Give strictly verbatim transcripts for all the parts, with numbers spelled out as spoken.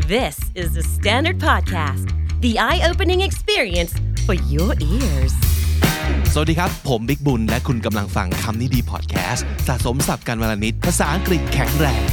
This is the Standard Podcast, the eye-opening experience for your ears. สวัสดีครับผมบิ๊กบุญและคุณกำลังฟังคำนี้ดีพอดแคสต์สะสมศัพท์กันวลนิดภาษาอังกฤษแข็งแรง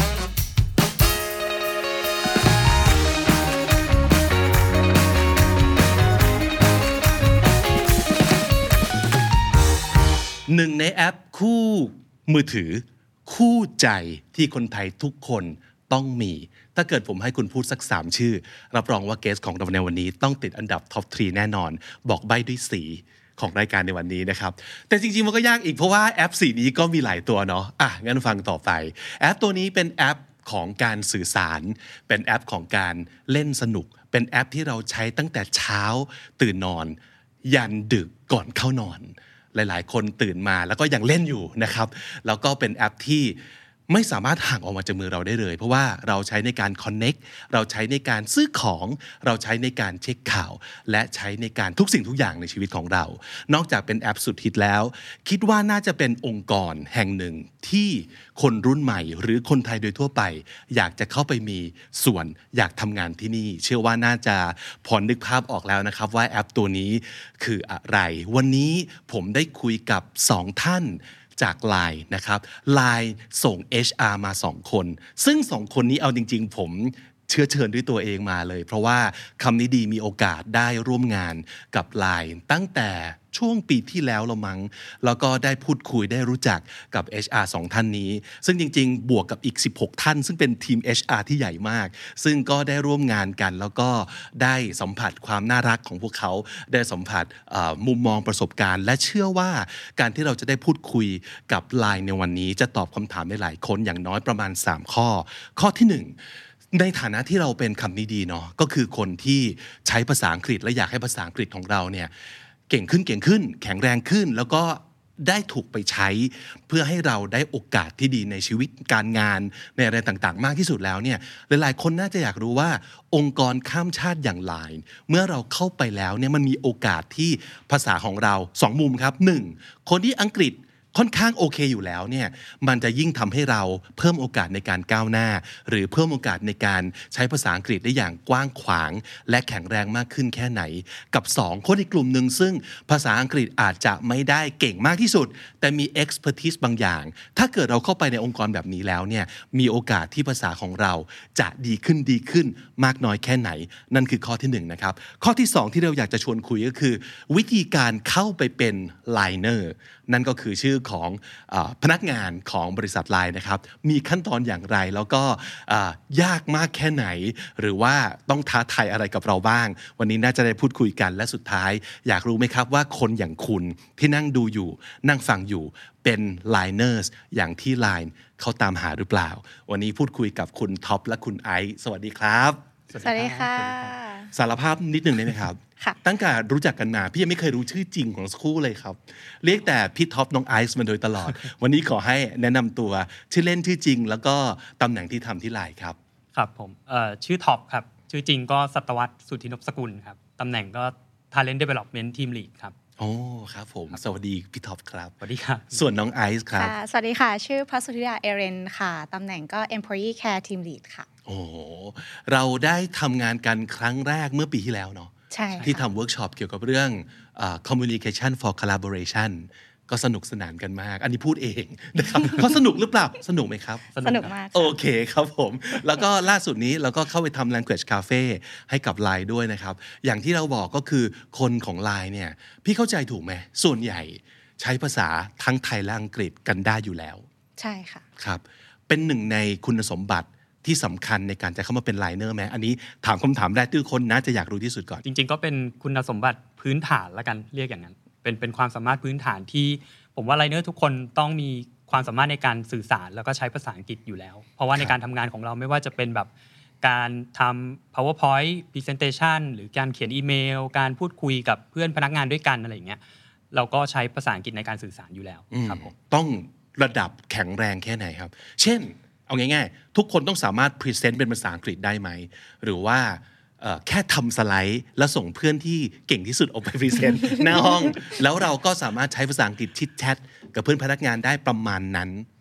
หนึ่งในแอปคู่มือถือคู่ใจที่คนไทยทุกคนต้องมีถ้าเกิดผมให้คุณพูดสักสามชื่อรับรองว่าเกสของเราในวันนี้ต้องติดอันดับท็อปสามแน่นอนบอกใบ้ด้วยสีของรายการในวันนี้นะครับแต่จริงๆมันก็ยากอีกเพราะว่าแอปสีนี้ก็มีหลายตัวเนาะอ่ะงั้นฟังต่อไปแอปตัวนี้เป็นแอปของการสื่อสารเป็นแอปของการเล่นสนุกเป็นแอปที่เราใช้ตั้งแต่เช้าตื่นนอนยันดึกก่อนเข้านอนหลายๆคนตื่นมาแล้วก็ยังเล่นอยู่นะครับแล้วก็เป็นแอปที่ไม่สามารถห่างออกมาจากมือเราได้เลยเพราะว่าเราใช้ในการ connect เราใช้ในการซื้อของเราใช้ในการเช็คข่าวและใช้ในการทุกสิ่งทุกอย่างในชีวิตของเรานอกจากเป็นแอปสุดฮิตแล้วคิดว่าน่าจะเป็นองค์กรแห่งหนึ่งที่คนรุ่นใหม่หรือคนไทยโดยทั่วไปอยากจะเข้าไปมีส่วนอยากทำงานที่นี่เชื่อว่าน่าจะพอนึกภาพออกแล้วนะครับว่าแอปตัวนี้คืออะไรวันนี้ผมได้คุยกับสองท่านจาก ไลน์ นะครับ ไลน์ ส่ง เอช อาร์ มาสองคนซึ่งสองคนนี้เอาจริงๆผมเชื้อเชิญด้วยตัวเองมาเลยเพราะว่าคำนี้ดีมีโอกาสได้ร่วมงานกับ ไลน์ ตั้งแต่ช่วงปีที่แล้วละมั้งแล้วก็ได้พูดคุยได้รู้จักกับ เอช อาร์ สองท่านนี้ซึ่งจริงๆบวกกับอีกสิบหกท่านซึ่งเป็นทีม เอช อาร์ ที่ใหญ่มากซึ่งก็ได้ร่วมงานกันแล้วก็ได้สัมผัสความน่ารักของพวกเขาได้สัมผัสมุมมองประสบการณ์และเชื่อว่าการที่เราจะได้พูดคุยกับ ไลน์ ในวันนี้จะตอบคำถามได้หลายคนอย่างน้อยประมาณสามข้อข้อที่หนึ่งในฐานะที่เราเป็นคำนี้ดีเนาะก็คือคนที่ใช้ภาษาอังกฤษและอยากให้ภาษาอังกฤษของเราเนี่ยเก่งขึ้นเก่งขึ้นแข็งแรงขึ้นแล้วก็ได้ถูกไปใช้เพื่อให้เราได้โอกาสที่ดีในชีวิตการงานในอะไรต่างๆมากที่สุดแล้วเนี่ยหลายๆคนน่าจะอยากรู้ว่าองค์กรข้ามชาติอย่าง ไลน์ เมื่อเราเข้าไปแล้วเนี่ยมันมีโอกาสที่ภาษาของเราสองมุมครับหนึ่งคนที่อังกฤษค่อนข้างโอเคอยู่แล้วเนี่ยมันจะยิ่งทำให้เราเพิ่มโอกาสในการก้าวหน้าหรือเพิ่มโอกาสในการใช้ภาษาอังกฤษได้อย่างกว้างขวางและแข็งแรงมากขึ้นแค่ไหนกับสองคนอีกกลุ่มหนึ่งซึ่งภาษาอังกฤษอาจจะไม่ได้เก่งมากที่สุดแต่มี expertise บางอย่างถ้าเกิดเราเข้าไปในองค์กรแบบนี้แล้วเนี่ยมีโอกาสที่ภาษาของเราจะดีขึ้นดีขึ้นมากน้อยแค่ไหนนั่นคือข้อที่หนึ่งนะครับข้อที่สองที่เราอยากจะชวนคุยก็คือวิธีการเข้าไปเป็น ไลเนอร์ นั่นก็คือชื่อของอ่าพนักงานของบริษัท ไลน์ นะครับมีขั้นตอนอย่างไรแล้วก็อ่ายากมากแค่ไหนหรือว่าต้องท้าทายอะไรกับเราบ้างวันนี้น่าจะได้พูดคุยกันและสุดท้ายอยากรู้ไหมครับว่าคนอย่างคุณที่นั่งดูอยู่นั่งฟังอยู่เป็น ไลเนอร์ส อย่างที่ ไลน์ เขาตามหาหรือเปล่าวันนี้พูดคุยกับคุณท็อปและคุณไอซ์สวัสดีครับสวัสดีค่ะสารภาพนิดนึงได้ไหมครับตั้งแต่รู้จักกันมาพี่ยังไม่เคยรู้ชื่อจริงของคู่เลยครับเรียกแต่พี่ท็อปน้องไอซ์มาโดยตลอด วันนี้ขอให้แนะนำตัวชื่อเล่นชื่อจริงแล้วก็ตำแหน่งที่ทำที่ ไลน์ ครับครับผมเอ่อชื่อท็อปครับชื่อจริงก็สัตวัฒน์สุทธินพสกุลครับตำแหน่งก็ Talent Development Team Lead ครับโอ้ครับผมสวัสดีพี่ท็อปครับสวัสดีครับส่วนน้องไอซ์ครับสวัสดีค่ะชื่อพสุธิดาเอเรนค่ะตำแหน่งก็ Employee Care Team Lead ค่ะโอ้เราได้ทำงานกันครั้งแรกเมื่อปีที่แล้วเนาะใช่ที่ทำเวิร์กช็อปเกี่ยวกับเรื่อง uh, communication for collaboration ก็สนุกสนานกันมากอันนี้พูดเองนะครับเขาสนุกหรือเปล่าสนุกไหมครับสนุกมากโอเคครับผมแล้วก็ล่าสุดนี้เราก็เข้าไปทำ language cafe ให้กับ ไลน์ ด้วยนะครับอย่างที่เราบอกก็คือคนของ ไลน์ เนี่ยพี่เข้าใจถูกไหมส่วนใหญ่ใช้ภาษาทั้งไทยและอังกฤษกันได้อยู่แล้วใช่ค่ะครับเป็นหนึ่งในคุณสมบัติที่สำคัญในการจะเข้ามาเป็น ไลเนอร์ ไหมอันนี้ถามคำถามแรกที่คนน่าจะอยากรู้ที่สุดก่อนจริงๆก็เป็นคุณสมบัติพื้นฐานละกันเรียกอย่างนั้นเป็นเป็นความสามารถพื้นฐานที่ผมว่า ไลเนอร์ ทุกคนต้องมีความสามารถในการสื่อสารแล้วก็ใช้ภาษาอังกฤษอยู่แล้วเพราะว่าในการทำงานของเราไม่ว่าจะเป็นแบบการทำ powerpoint presentation หรือการเขียนอีเมลการพูดคุยกับเพื่อนพนักงานด้วยกันอะไรอย่างเงี้ยเราก็ใช้ภาษาอังกฤษในการสื่อสารอยู่แล้วครับผมต้องระดับแข็งแรงแค่ไหนครับเช่นเอาง่ายๆทุกคนต้องสามารถพรีเซนต์เป็นภาษาอังกฤษได้ไหมหรือว่าแค่ทำสไลด์แล้วส่งเพื่อนที่เก่งที่สุดออกไปพรีเซนต์หน้าห้องแล้วเราก็สามารถใช้ภาษาอังกฤษชิดแชทกับเพื่อนพนักงานได้ประมาณนั้น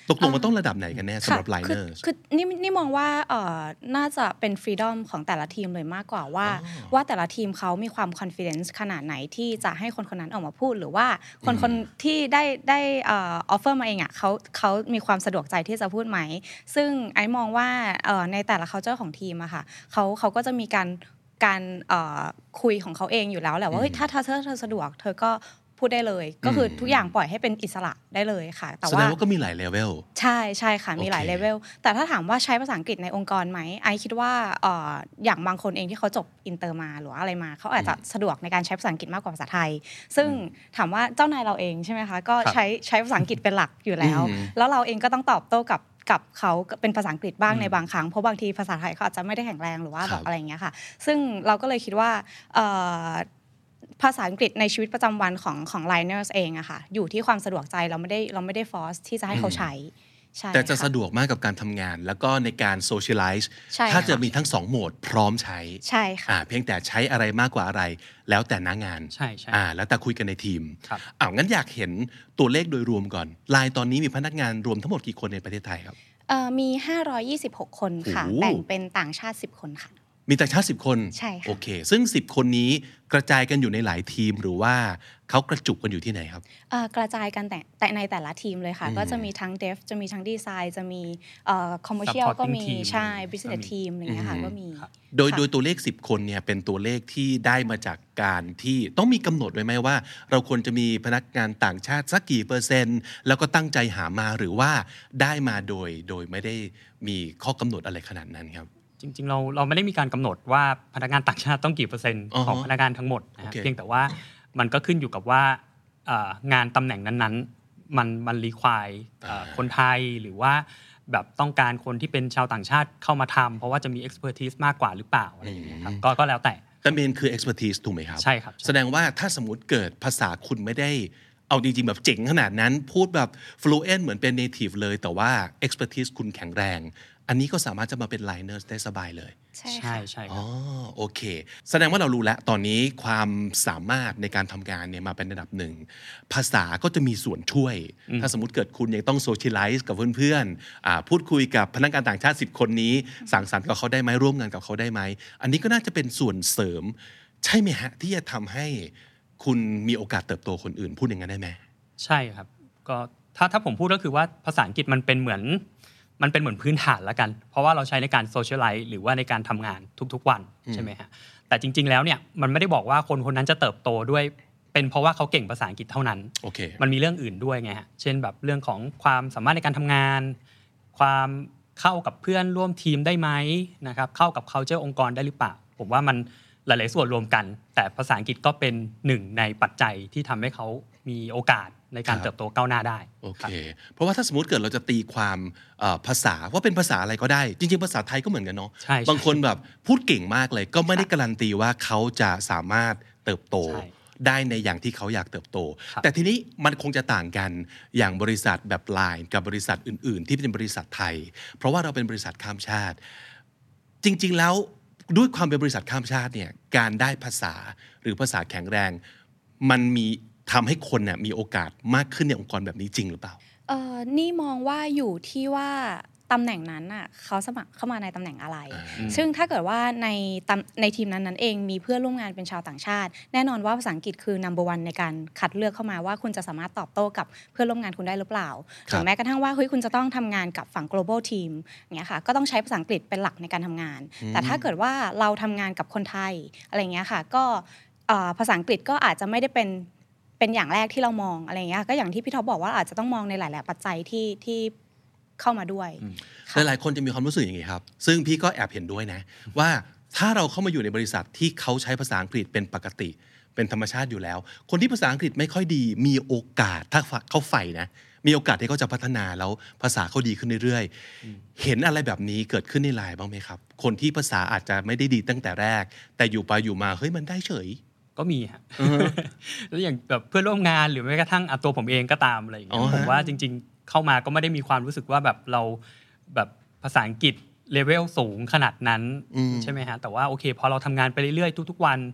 ตกลงมันต้องระดับไหนกันแน่สำหรับ Liner คือนี่นี่มองว่าเอ่อน่าจะเป็นฟรีดอมของแต่ละทีมเลยมากกว่าว่าว่าแต่ละทีมเขามีความคอนฟิเดนซ์ขนาดไหนที่จะให้คนคนนั้นออกมาพูดหรือว่าคนคนที่ได้ได้เอ่อออฟเฟอร์มาเองอ่ะเขาเขามีความสะดวกใจที่จะพูดไหมซึ่งไอ้มองว่าเอ่อในแต่ละ culture ของทีมอะค่ะเขาเขาก็จะมีการการเอ่อคุยของเขาเองอยู่แล้วแหละว่าเฮ้ยถ้าเธอเธอสะดวกเธอก็พูดได้เลยก็คือทุกอย่างปล่อยให้เป็นอิสระได้เลยค่ะแต่ว่าแสดงว่าก็มีหลายเลเวลใช่ใช่ค่ะมีหลายเลเวลแต่ถ้าถามว่าใช้ภาษาอังกฤษในองค์กรไหมไอคิดว่าเอ่ออย่างบางคนเองที่เขาจบอินเตอร์มาหรือว่าอะไรมาเขาอาจจะสะดวกในการใช้ภาษาอังกฤษมากกว่าภาษาไทยซึ่งถามว่าเจ้านายเราเองใช่ไหมคะก็ใช้ใช้ภาษาอังกฤษเป็นหลักอยู่แล้วแล้วเราเองก็ต้องตอบโต้กับกับเขาเป็นภาษาอังกฤษบ้างในบางครั้งเพราะบางทีภาษาไทยเขาอาจจะไม่ได้แข็งแรงหรือว่าแบบอะไรอย่างเงี้ยค่ะซึ่งเราก็เลยคิดว่าภาษาอังกฤษในชีวิตประจำวันของของ Liners เองอะค่ะอยู่ที่ความสะดวกใจเราไม่ได้เราไม่ได้ฟอร์สที่จะให้เขาใช้แต่จะสะดวกมากกับการทำงานแล้วก็ในการโซเชียลไลซ์ถ้าจะมีทั้งสองโหมดพร้อมใช้ใช่ค่ะเพียงแต่ใช้อะไรมากกว่าอะไรแล้วแต่หน้างานใช่ใช่แล้วแต่คุยกันในทีมอ้าวงั้นอยากเห็นตัวเลขโดยรวมก่อนไลน์ตอนนี้มีพนักงานรวมทั้งหมดกี่คนในประเทศไทยครับมีห้าร้อยยี่สิบหกคนค่ะแบ่งเป็นต่างชาติสิบคนค่ะมีต่างชาติสิบคนใช่ค่ะโอเคซึ่งสิบคนนี้กระจายกันอยู่ในหลายทีมหรือว่าเขากระจุกกันอยู่ที่ไหนครับกระจายกันแต่แต่ในแต่ละทีมเลยค่ะก็จะมีทั้ง Dev จะมีทั้งดีไซน์จะมีเอ่อ Commercial ก็มีใช่ Business Team อะไรอย่างเงี้ยค่ะก็มีโดยโดยตัวเลขสิบคนเนี่ยเป็นตัวเลขที่ได้มาจากการที่ต้องมีกำหนดไว้ไหมว่าเราควรจะมีพนักงานต่างชาติสักกี่เปอร์เซ็นต์แล้วก็ตั้งใจหามาหรือว่าได้มาโดยโดยไม่ได้มีข้อกำหนดอะไรขนาดนั้นครับจริงๆเราเราไม่ได้มีการกำหนดว่าพนักงานต่างชาติต้องกี่เปอร์เซ็นต์ของพนักงานทั้งหมดนะเพียงแต่ว่ามันก็ขึ้นอยู่กับว่างานตำแหน่งนั้นๆมันมันรีควายคนไทยหรือว่าแบบต้องการคนที่เป็นชาวต่างชาติเข้ามาทำเพราะว่าจะมี expertise มากกว่าหรือเปล่าอะไรอย่างเงี้ยครับก็ก็แล้วแต่แต่เมนคือ expertise ถูกไหมครับใช่ครับแสดงว่าถ้าสมมติเกิดภาษาคุณไม่ได้เอาจริงๆแบบเจ๋งขนาดนั้นพูดแบบ fluent เหมือนเป็น native เลยแต่ว่า expertise คุณแข็งแรงอันนี้ก็สามารถจะมาเป็น Liners ได้สบายเลยใช่ใช่ใช่อ๋อโอเคแสดงว่าเรารู้แล้วตอนนี้ความสามารถในการทำงานเนี่ยมาเป็นระดับหนึ่งภาษาก็จะมีส่วนช่วยถ้าสมมติเกิดคุณยังต้องโซเชียลไลซ์กับเพื่อนๆพูดคุยกับพนักงานต่างชาติสิบคนนี้สังสรรค์กับเขาได้ไหมร่วมงานกับเขาได้ไหมอันนี้ก็น่าจะเป็นส่วนเสริมใช่ไหมฮะที่จะทำให้คุณมีโอกาสเติบโตคนอื่นพูดอย่างนั้นได้ไหมใช่ครับก็ถ้าถ้าผมพูดก็คือว่าภาษาอังกฤษมันเป็นเหมือนมันเป็นเหมือนพื้นฐานละกันเพราะว่าเราใช้ในการโซเชียลไลซ์หรือว่าในการทำงานทุกๆวันใช่ไหมฮะแต่จริงๆแล้วเนี่ยมันไม่ได้บอกว่าคนคนนั้นจะเติบโตด้วยเป็นเพราะว่าเขาเก่งภาษาอังกฤษเท่านั้น okay. มันมีเรื่องอื่นด้วยไงฮะเช่นแบบเรื่องของความสามารถในการทำงานความเข้ากับเพื่อนร่วมทีมได้ไหมนะครับเข้ากับ culture องค์กรได้หรือเปล่าผมว่ามันหลายๆส่วนรวมกันแต่ภาษาอังกฤษก็เป็นหนึ่งในปัจจัยที่ทำให้เขามีโอกาสในการเติบโตก้าวหน้าได้โอเคเพราะว่าถ้าสมมติเกิดเราจะตีความภาษาว่าเป็นภาษาอะไรก็ได้จริงๆภาษาไทยก็เหมือนกันเนาะบางคนแบบพูดเก่งมากเลยก็ไม่ได้การันตีว่าเขาจะสามารถเติบโตได้ในอย่างที่เขาอยากเติบโตแต่ทีนี้มันคงจะต่างกันอย่างบริษัทแบบ ไลน์ กับบริษัทอื่นๆที่เป็นบริษัทไทยเพราะว่าเราเป็นบริษัทข้ามชาติจริงๆแล้วด้วยความเป็นบริษัทข้ามชาติเนี่ยการได้ภาษาหรือภาษาแข็งแรงมันมีทำให้คนเนี่ยมีโอกาสมากขึ้นในองค์กรแบบนี้จริงหรือเปล่าเอ่อนี่มองว่าอยู่ที่ว่าตำแหน่งนั้นน่ะเขาสมัครเข้ามาในตำแหน่งอะไรซึ่งถ้าเกิดว่าในในทีมนั้นนั้นเองมีเพื่อนร่วมงานเป็นชาวต่างชาติแน่นอนว่าภาษาอังกฤษคือ นัมเบอร์วัน ในการคัดเลือกเข้ามาว่าคุณจะสามารถตอบโต้กับเพื่อนร่วมงานคุณได้หรือเปล่าถึงแม้กระทั่งว่าเฮ้ยคุณจะต้องทำงานกับฝั่ง global team อย่างเงี้ยค่ะก็ต้องใช้ภาษาอังกฤษเป็นหลักในการทำงานแต่ถ้าเกิดว่าเราทำงานกับคนไทยอะไรเงี้ยค่ะก็ภาษาอังกฤษก็อาจจะไม่ได้เป็นเป็นอย่างแรกที่เรามองอะไรเงี้ยก็อย่างที่พี่ท็อปบอกว่าอาจจะต้องมองในหลายๆปัจจัยที่ที่เข้ามาด้วยหลายๆคนจะมีความรู้สึกอย่างนี้ครับซึ่งพี่ก็แอบเห็นด้วยนะว่าถ้าเราเข้ามาอยู่ในบริษัทที่เขาใช้ภาษาอังกฤษเป็นปกติเป็นธรรมชาติอยู่แล้วคนที่ภาษาอังกฤษไม่ค่อยดีมีโอกาสถ้าเขาใฝ่นะมีโอกาสที่เขาจะพัฒนาแล้วภาษาเขาดีขึ้นเรื่อยๆเห็นอะไรแบบนี้เกิดขึ้นในไลน์บ้างไหมครับคนที่ภาษาอาจจะไม่ได้ดีตั้งแต่แรกแต่อยู่ไปอยู่มาเฮ้ยมันได้เฉยก็มีฮะแล้วอย่างแบบเพื่อนร่วมงานหรือแม้กระทั่งตัวผมเองก็ตามอะไรอย่างเงี้ยผมว่าจริงๆเข้ามาก็ไม่ได้มีความรู้สึกว่าแบบเราแบบภาษาอังกฤษเลเวลสูงขนาดนั้นใช่ไหมฮะแต่ว่าโอเคพอเราทำงานไปเรื่อยๆทุกๆวัน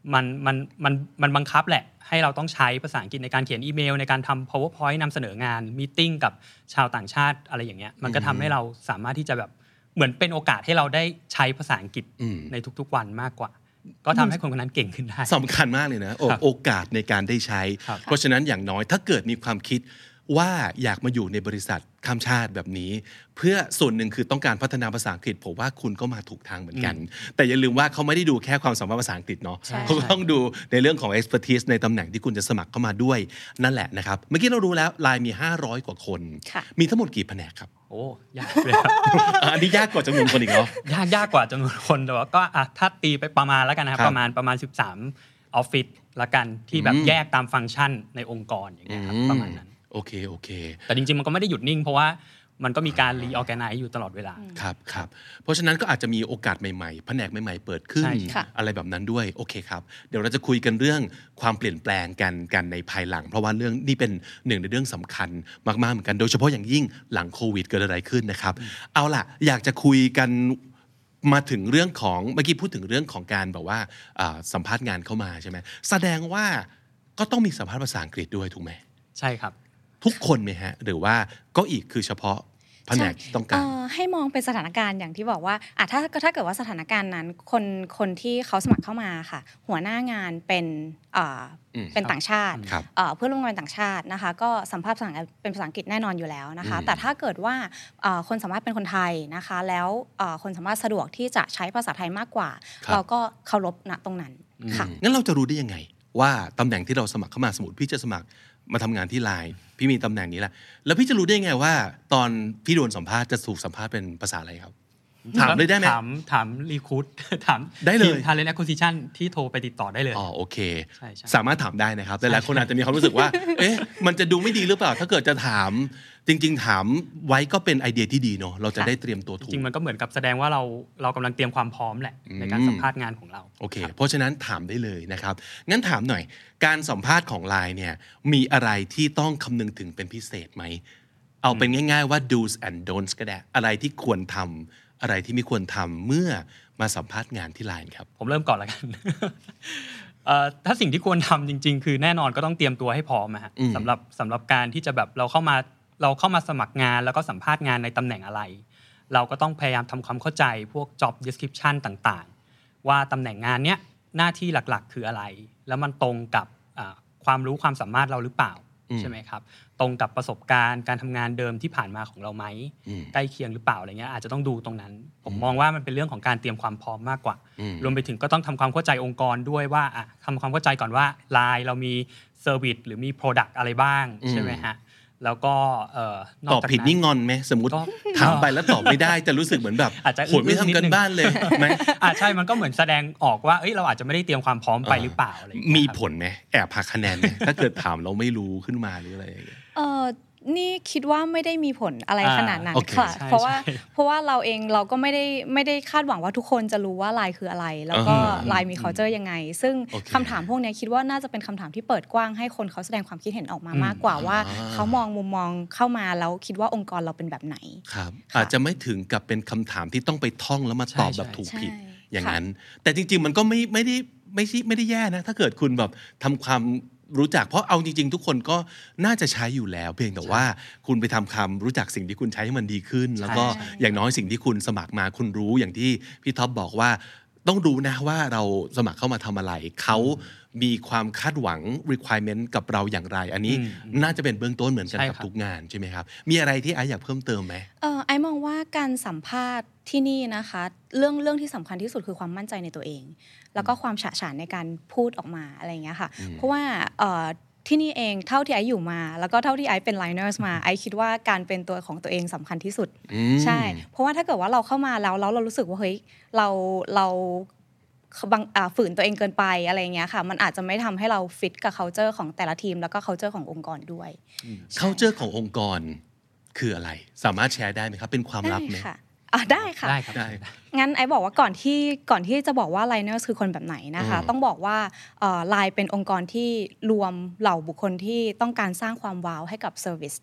มันมันมันมันบังคับแหละให้เราต้องใช้ภาษาอังกฤษในการเขียนอีเมลในการทำ powerpoint นำเสนองานมีตติ้งกับชาวต่างชาติอะไรอย่างเงี้ยมันก็ทำให้เราสามารถที่จะแบบเหมือนเป็นโอกาสให้เราได้ใช้ภาษาอังกฤษในทุกๆวันมากกว่าก็ทำให้คนคนนั้นเก่งขึ้นได้สำคัญมากเลยนะโอกาสในการได้ใช้เพราะฉะนั้นอย่างน้อยถ้าเกิดมีความคิดว่าอยากมาอยู่ในบริษัทข้ามชาติแบบนี้เพื่อส่วนหนึ่งคือต้องการพัฒนาภาษาอังกฤษผมว่าคุณก็มาถูกทางเหมือนกันแต่อย่าลืมว่าเขาไม่ได้ดูแค่ความสามารถภาษาอังกฤษเนาะเขาต้องดูในเรื่องของ expertise ในตำแหน่งที่คุณจะสมัครเข้ามาด้วยนั่นแหละนะครับเมื่อกี้เรารู้แล้วไลน์มีห้าร้อยกว่าคนมีทั้งหมดกี่แผนกครับโอ้ยากเลยครับอันนี้ยากกว่าจำนวนคนอีกเนาะยากยากกว่าจำนวนคนแต่ว่าก็อ่ะถ้าตีไปประมาณแล้วกันนะครับประมาณประมาณสิบสามออฟฟิศละกันที่แบบแยกตามฟังก์ชันในองค์กรอย่างเงี้ยครับประมาณนั้นโอเคโอเคแต่จริงๆมันก็ไม่ได้หยุดนิ่งเพราะว่ามันก็มีการรีออร์แกไนซ์อยู่ตลอดเวลาครับครับเพราะฉะนั้นก็อาจจะมีโอกาสใหม่ๆแผนกใหม่ๆเปิดขึ้นอะไรแบบนั้นด้วยโอเคครับเดี๋ยวเราจะคุยกันเรื่องความเปลี่ยนแปลงกันกันในภายหลังเพราะว่าเรื่องนี่เป็นหนึ่งในเรื่องสำคัญมากๆเหมือนกันโดยเฉพาะอย่างยิ่งหลังโควิดเกิดอะไรขึ้นนะครับเอาล่ะอยากจะคุยกันมาถึงเรื่องของเมื่อกี้พูดถึงเรื่องของการแบบว่าสัมภาษณ์งานเข้ามาใช่ไหมแสดงว่าก็ต้องมีสัมภาษณ์ภาษาอังกฤษด้วยถูกไหมใช่ครับทุกคนไหมฮะหรือว่าก็อีกคือเฉพาะแผนกต้องการให้มองเป็นสถานการณ์อย่างที่บอกว่าอ่ะถ้าถ้าเกิดว่าสถานการณ์นั้นคนคนที่เขาสมัครเข้ามาค่ะหัวหน้างานเป็นเป็นต่างชาติเพื่อนร่วมงานต่างชาตินะคะก็สัมภาษณ์ภาษาเป็นภาษาอังกฤษแน่นอนอยู่แล้วนะคะแต่ถ้าเกิดว่าคนสามารถเป็นคนไทยนะคะแล้วคนสามารถสะดวกที่จะใช้ภาษาไทยมากกว่าเราก็เคารพณตรงนั้นค่ะงั้นเราจะรู้ได้ยังไงว่าตำแหน่งที่เราสมัครเข้ามาสมมุติพี่จะสมัครมาทำงานที่ไลน์พี่มีตำแหน่งนี้แหละแล้วพี่จะรู้ได้ไงว่าตอนพี่โดนสัมภาษณ์จะถูกสัมภาษณ์เป็นภาษาอะไรครับถามเลยได้ไหมถามถามรีคูดถามได้เลย Talent Acquisition ที่โทรไปติดต่อได้เลยอ๋อโอเคสามารถถามได้นะครับแต่หลายคนอาจจะมีความรู้สึกว่าเอ๊ะมันจะดูไม่ดีหรือเปล่าถ้าเกิดจะถามจริงๆถามไว้ก็เป็นไอเดียที่ดีเนาะเราจะได้เตรียมตัวถูกจริงๆมันก็เหมือนกับแสดงว่าเราเรากำลังเตรียมความพร้อมแหละในการสัมภาษณ์งานของเราโอเคเพราะฉะนั้นถามได้เลยนะครับงั้นถามหน่อยการสัมภาษณ์ของไลน์เนี่ยมีอะไรที่ต้องคำนึงถึงเป็นพิเศษไหมเอาเป็นง่ายๆว่า do's and don'ts ก็ได้อะไรที่ควรทำอะไรที่ไม่ควรทำเมื่อมาสัมภาษณ์งานที่ไลน์ครับผมเริ่มก่อนแล้วกัน ถ้าสิ่งที่ควรทำจริงๆคือแน่นอนก็ต้องเตรียมตัวให้พร้อมนะฮะสำหรับสำหรับการที่จะแบบเราเข้ามาเราเข้ามาสมัครงานแล้วก็สัมภาษณ์งานในตำแหน่งอะไรเราก็ต้องพยายามทำความเข้าใจพวก job description ต่างๆว่าตำแหน่งงานเนี้ยหน้าที่หลักๆคืออะไรแล้วมันตรงกับความรู้ความสามารถเราหรือเปล่าใช่ไหมครับตรงกับประสบการณ์การทำงานเดิมที่ผ่านมาของเราไหมใกล้เคียงหรือเปล่าอะไรเงี้ยอาจจะต้องดูตรงนั้นผมมองว่ามันเป็นเรื่องของการเตรียมความพร้อมมากกว่ารวมไปถึงก็ต้องทำความเข้าใจองค์กรด้วยว่าทำความเข้าใจก่อนว่าไลน์เรามีเซอร์วิสหรือมี Product อะไรบ้างใช่ไหมฮะแล้วก็ตอบผิดนี่งอนไหมสมมติถามไปแล้วตอบไม่ได้จะรู้สึกเหมือนแบบโหไม่ทำกันบ้านเลยไหมอ่าใช่มันก็เหมือนแสดงออกว่าเอ้ยเราอาจจะไม่ได้เตรียมความพร้อมไปหรือเปล่าอะไรมีผลไหมแอบหักคะแนนถ้าเกิดถามเราไม่รู้ขึ้นมาหรืออะไรอย่างเงี้ยเออนี่คิดว่าไม่ได้มีผลอะไรขนาดนั้นค่ะเพราะว่าเพราะว่าเราเองเราก็ไม่ได้ไม่ได้คาดหวังว่าทุกคนจะรู้ว่าไลน์คืออะไรแล้วก็ไลน์มี culture ยังไงซึ่งคำถามพวกนี้คิดว่าน่าจะเป็นคำถามที่เปิดกว้างให้คนเขาแสดงความคิดเห็นออกมามากกว่าว่าเขามองมุมมองเข้ามาแล้วคิดว่าองค์กรเราเป็นแบบไหนครับอาจจะไม่ถึงกับเป็นคำถามที่ต้องไปท่องแล้วมาตอบแบบถูกผิดอย่างนั้นแต่จริงๆมันก็ไม่ไม่ได้ไม่ใช่ไม่ได้แย่นะถ้าเกิดคุณแบบทำความรู้จักเพราะเอาจริงๆทุกคนก็น่าจะใช้อยู่แล้วเพียงแต่ว่าคุณไปทำคำรู้จักสิ่งที่คุณใช้ให้มันดีขึ้นแล้วก็อย่างน้อยสิ่งที่คุณสมัครมาคุณรู้อย่างที่พี่ท็อปบอกว่าต้องรู้นะว่าเราสมัครเข้ามาทำอะไรเขามีความคาดหวัง requirement กับเราอย่างไรอันนี้น่าจะเป็นเบื้องต้นเหมือนกันกับทุกงานใช่ไหมครับมีอะไรที่ไออยากเพิ่มเติมไหมเออไอมองว่าการสัมภาษณ์ที่นี่นะคะเรื่องเรื่องที่สำคัญที่สุดคือความมั่นใจในตัวเองแล้วก็ความฉะฉานในการพูดออกมาอะไรอย่างเงี้ยค่ะเพราะว่าที่นี่เองเท่าที่ไออยู่มาแล้วก็เท่าที่ไอเป็นไลเนอร์สมาไอคิดว่าการเป็นตัวของตัวเองสำคัญที่สุดใช่เพราะว่าถ้าเกิดว่าเราเข้ามาแล้วแล้วเรารู้สึกว่าเฮ้ยเราเราบังฝืนตัวเองเกินไปอะไรเงี้ยค่ะมันอาจจะไม่ทำให้เราฟิตกับ culture ของแต่ละทีมแล้วก็ culture ขององค์กรด้วย culture ขององค์กรคืออะไรสามารถแชร์ได้ไหมครับเป็นความลับไหมอ่ะได้ค่ะได้ครับได้งั้นไอบอกว่าก่อนที่ก่อนที่จะบอกว่า Liners คือคนแบบไหนนะคะต้องบอกว่าเอ่อ Line เป็นองค์กรที่รวมเหล่าบุคคลที่ต้องการสร้างความว้าวให้กับ Service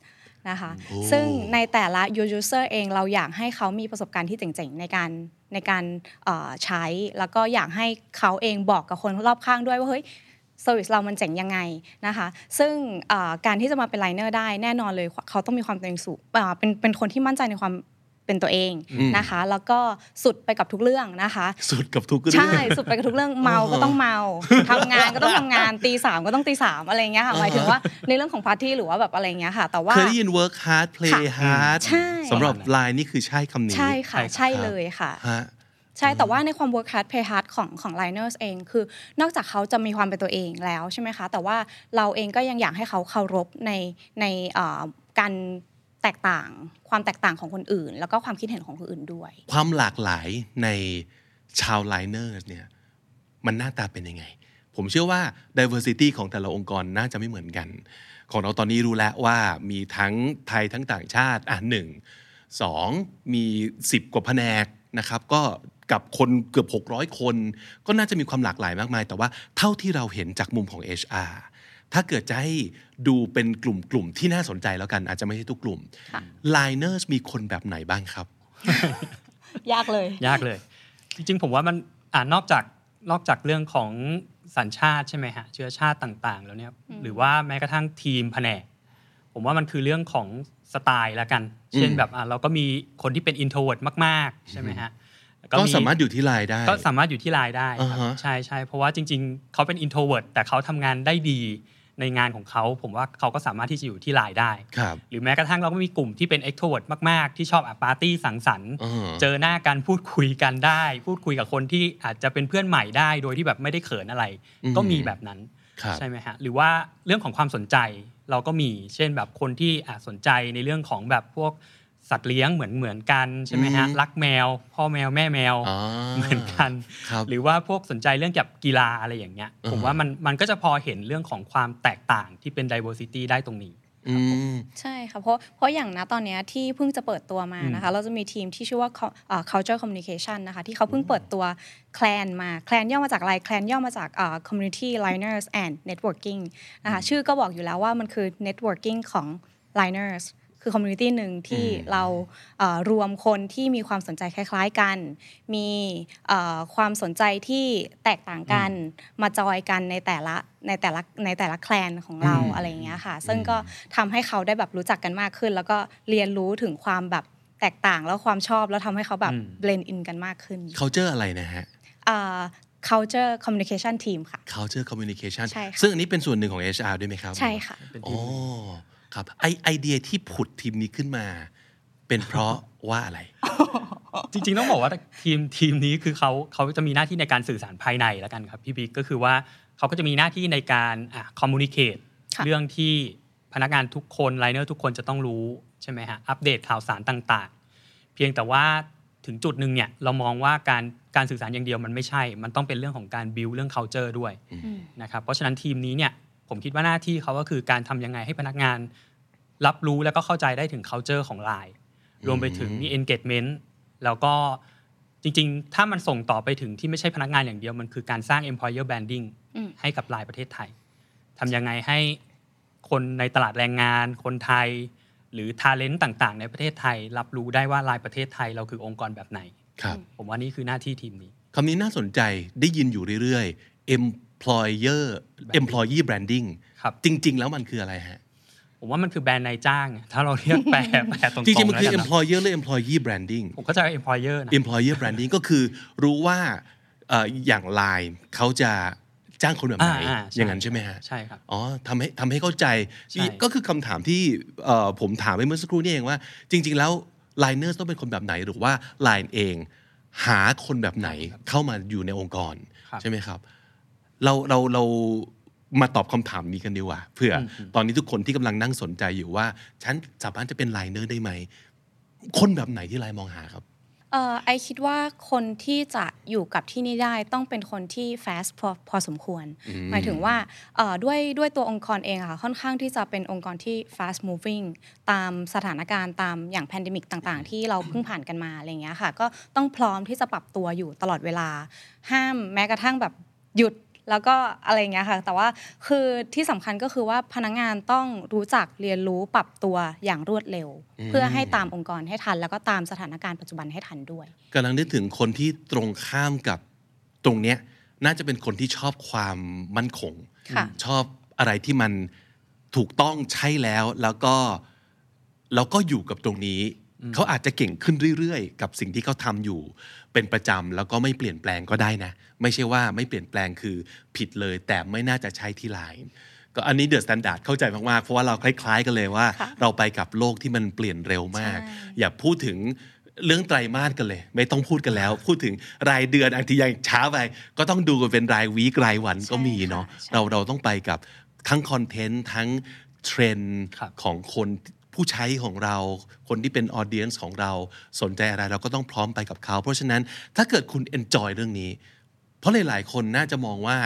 นะคะซึ่งในแต่ละ user เองเราอยากให้เขามีประสบการณ์ที่เจ๋งๆในการในการใช้แล้วก็อยากให้เขาเองบอกกับคนรอบข้างด้วยว่าเฮ้ยเซอร์วิสเรามันเจ๋งยังไงนะคะซึ่งการที่จะมาเป็นไลเนอร์ได้แน่นอนเลยเขาต้องมีความเป็นสูงเป็นเป็นคนที่มั่นใจในความเป็นตัวเองนะคะแล้วก็สุดไปกับทุกเรื่องนะคะสุดกับทุกเรื่องใช่สุดไปกับทุกเรื่องเมาก็ต้องเมาทำงานก็ต้องทำงานตีสามก็ต้องตีสามอะไรเงี้ยค่ะหมายถึงว่าในเรื่องของปาร์ตี้หรือว่าแบบอะไรเงี้ยค่ะแต่ว่าเคยได้ยิน work hard play hard สำหรับไลน์นี่คือใช่คำนี้ใช่ค่ะใช่เลยค่ะใช่แต่ว่าในความ work hard play hard ของของ liners เองคือนอกจากเขาจะมีความเป็นตัวเองแล้วใช่ไหมคะแต่ว่าเราเองก็ยังอยากให้เขาเคารพในในการแตกต่างความแตกต่างของคนอื่นแล้วก็ความคิดเห็นของคนอื่นด้วยความหลากหลายในชาว liners เนี่ยมันหน้าตาเป็นยังไงผมเชื่อว่า diversity ของแต่ละองค์กรน่าจะไม่เหมือนกันของเราตอนนี้รู้แล้วว่ามีทั้งไทยทั้งต่างชาติอ่ะหนึ่ง สองมีสิบกว่าแผนกนะครับก็กับคนเกือบหกร้อยคนก็น่าจะมีความหลากหลายมากมายแต่ว่าเท่าที่เราเห็นจากมุมของ เอช อาร์ ถ้าเกิดจะให้ดูเป็นกลุ่มๆที่น่าสนใจแล้วกันอาจจะไม่ใช่ทุกกลุ่ม Liners มีคนแบบไหนบ้างครับยากเลยยากเลยจริงๆผมว่ามันอ่านอกจากนอกจากเรื่องของสัญชาติใช่ไหมฮะเชื้อชาติต่างๆแล้วเนี่ยหรือว่าแม้กระทั่งทีมแผนกผมว่ามันคือเรื่องของสไตล์ละกันเช่นแบบอ่ะเราก็มีคนที่เป็น introvert มากๆใช่ไหมฮะก็สามารถอยู่ที่ไลน์ได้ก็สามารถอยู่ที่ไลน์ได้ใช่ใช่เพราะว่าจริงๆเขาเป็น introvert แต่เขาทำงานได้ดีในงานของเขาผมว่าเขาก็สามารถที่จะอยู่ที่ไลน์ได้หรือแม้กระทั่งเราก็มีกลุ่มที่เป็น extrovert มากๆที่ชอบปาร์ตี้สังสรรค์เจอหน้ากันพูดคุยกันได้พูดคุยกับคนที่อาจจะเป็นเพื่อนใหม่ได้โดยที่แบบไม่ได้เขินอะไรก็มีแบบนั้นใช่ไหมฮะหรือว่าเรื่องของความสนใจเราก็มีเช่นแบบคนที่สนใจในเรื่องของแบบพวกสัตว์เลี้ยงเหมือนเหมือนกันใช่ไหมฮะรักแมวพ่อแมวแม่แมวเหมือนกันหรือว่าพวกสนใจเรื่องเกี่ยวกับกีฬาอะไรอย่างเงี้ยผมว่ามันมันก็จะพอเห็นเรื่องของความแตกต่างที่เป็น diversity ได้ตรงนี้ใช่ค่ะเพราะเพราะอย่างนะตอนนี้ที่เพิ่งจะเปิดตัวมานะคะเราจะมีทีมที่ชื่อว่า culture communication นะคะที่เขาเพิ่งเปิดตัวแคลนมาแคลนย่อมาจากอะไรแคลนย่อมาจาก community liners and networking นะคะชื่อก็บอกอยู่แล้วว่ามันคือ networking ของ linersคือคอมมูนิตี้หนึ่งที่เรารวมคนที่มีความสนใจคล้ายๆกันมีความสนใจที่แตกต่างกันมาจอยกันในแต่ละในแต่ละในแต่ละแคลนของเราอะไรอย่างเงี้ยค่ะซึ่งก็ทำให้เขาได้แบบรู้จักกันมากขึ้นแล้วก็เรียนรู้ถึงความแบบแตกต่างแล้วความชอบแล้วทำให้เขาแบบเบลนด์อินกันมากขึ้น culture อะไรนะฮะ culture communication team ค่ะ culture communication ซึ่งอันนี้เป็นส่วนหนึ่งของ เอช อาร์ ด้วยไหมครับใช่ค่ะโอ้ครับไอไอเดียที่ผุดทีมนี้ขึ้นมาเป็นเพราะว่าอะไรจริงๆต้องบอกว่าทีมทีมนี้คือเขาเขาจะมีหน้าที่ในการสื่อสารภายในแล้วกันครับพี่บิ๊กก็คือว่าเขาก็จะมีหน้าที่ในการอ่ะ communicate เรื่องที่พนักงานทุกคนไลเนอร์ทุกคนจะต้องรู้ใช่ไหมฮะอัปเดตข่าวสารต่างๆเพียงแต่ว่าถึงจุดนึงเนี่ยเรามองว่าการการสื่อสารอย่างเดียวมันไม่ใช่มันต้องเป็นเรื่องของการ build เรื่อง culture ด้วยนะครับเพราะฉะนั้นทีมนี้เนี่ยผมคิดว่าหน้าที่เขาก็คือการทำยังไงให้พนักงานรับรู้แล้วก็เข้าใจได้ถึง culture ของ ไลน์ รวมไปถึงมี engagement แล้วก็จริงๆถ้ามันส่งต่อไปถึงที่ไม่ใช่พนักงานอย่างเดียวมันคือการสร้าง employer branding ให้กับ ไลน์ ประเทศไทยทำยังไงให้คนในตลาดแรงงานคนไทยหรือ talent ต่างๆในประเทศไทยรับรู้ได้ว่า ไลน์ ประเทศไทยเราคือองค์กรแบบไหนผมว่านี่คือหน้าที่ทีมนี้คำนี้น่าสนใจได้ยินอยู่เรื่อยๆ employer employee branding จริงๆแล้วมันคืออะไรฮะผมว่ามันคือแบรนด์นายจ้างถ้าเราเรียกแปลแปลตรงๆจริงๆมันคือ employer หรือ employee branding ผมก็จะ employer นะ employer branding ก็คือรู้ว่าอย่าง ไลน์ เขาจะจ้างคนแบบไหนอย่างนั้นใช่ไหมฮะใช่ครับอ๋อทำให้ทำให้เข้าใจก็คือคำถามที่ผมถามไปเมื่อสักครู่นี่เองว่าจริงๆแล้ว liners ต้องเป็นคนแบบไหนหรือว่า ไลน์ เองหาคนแบบไหนเข้ามาอยู่ในองค์กรใช่ไหมครับเราเราเรามาตอบคำถามนี้กันดีกว่าเพื่อตอนนี้ทุกคนที่กำลังนั่งสนใจอยู่ว่าฉันสามารถจะเป็นไลเนอร์ได้ไหมคนแบบไหนที่ไลน์มองหาครับเอ่อไอคิดว่าคนที่จะอยู่กับที่นี่ได้ต้องเป็นคนที่ fast พอพอสมควรหมายถึงว่าเอ่อด้วยด้วยตัวองค์กรเองค่ะค่อนข้างที่จะเป็นองค์กรที่ fast moving ตามสถานการณ์ตามอย่างแพนเดมิกต่างๆที่เราเพิ่งผ่านกันมาอะไรอย่างเงี้ยค่ะก็ต้องพร้อมที่จะปรับตัวอยู่ตลอดเวลาห้ามแม้กระทั่งแบบหยุดแล้วก็อะไรเงี้ยค่ะแต่ว่าคือที่สำคัญก็คือว่าพนักงานต้องรู้จักเรียนรู้ปรับตัวอย่างรวดเร็วเพื่อให้ตามองค์กรให้ทันแล้วก็ตามสถานการณ์ปัจจุบันให้ทันด้วยกำลังนึกถึงคนที่ตรงข้ามกับตรงเนี้ยน่าจะเป็นคนที่ชอบความมั่นคงชอบอะไรที่มันถูกต้องใช่แล้วแล้วก็แล้วก็อยู่กับตรงนี้เขาอาจจะเก่งขึ้นเรื่อยๆกับสิ่งที่เขาทำอยู่เป็นประจำแล้วก็ไม่เปลี่ยนแปลงก็ได้นะไม่ใช่ว่าไม่เปลี่ยนแปลงคือผิดเลยแต่ไม่น่าจะใช่ที่ไลน์ก็อันนี้เดอะสแตนดาร์ดเข้าใจมากๆเพราะว่าเราคล้ายๆกันเลยว่าเราไปกับโลกที่มันเปลี่ยนเร็วมากอย่าพูดถึงเรื่องไตรมาสกันเลยไม่ต้องพูดกันแล้วพูดถึงรายเดือนบางทียังช้าไปก็ต้องดูกันเป็นรายวีครายวันก็มีเนาะเราเราต้องไปกับทั้งคอนเทนต์ทั้งเทรนด์ของคนผู้ใช้ของเราคนที่เป็นออเดียนซ์ของเราสนใจอะไรเราก็ต้องพร้อมไปกับเขาเพราะฉะนั้นถ้าเกิดคุณเอนจอยเรื่องนี้เพราะหลายๆคนน่าจะมองว่า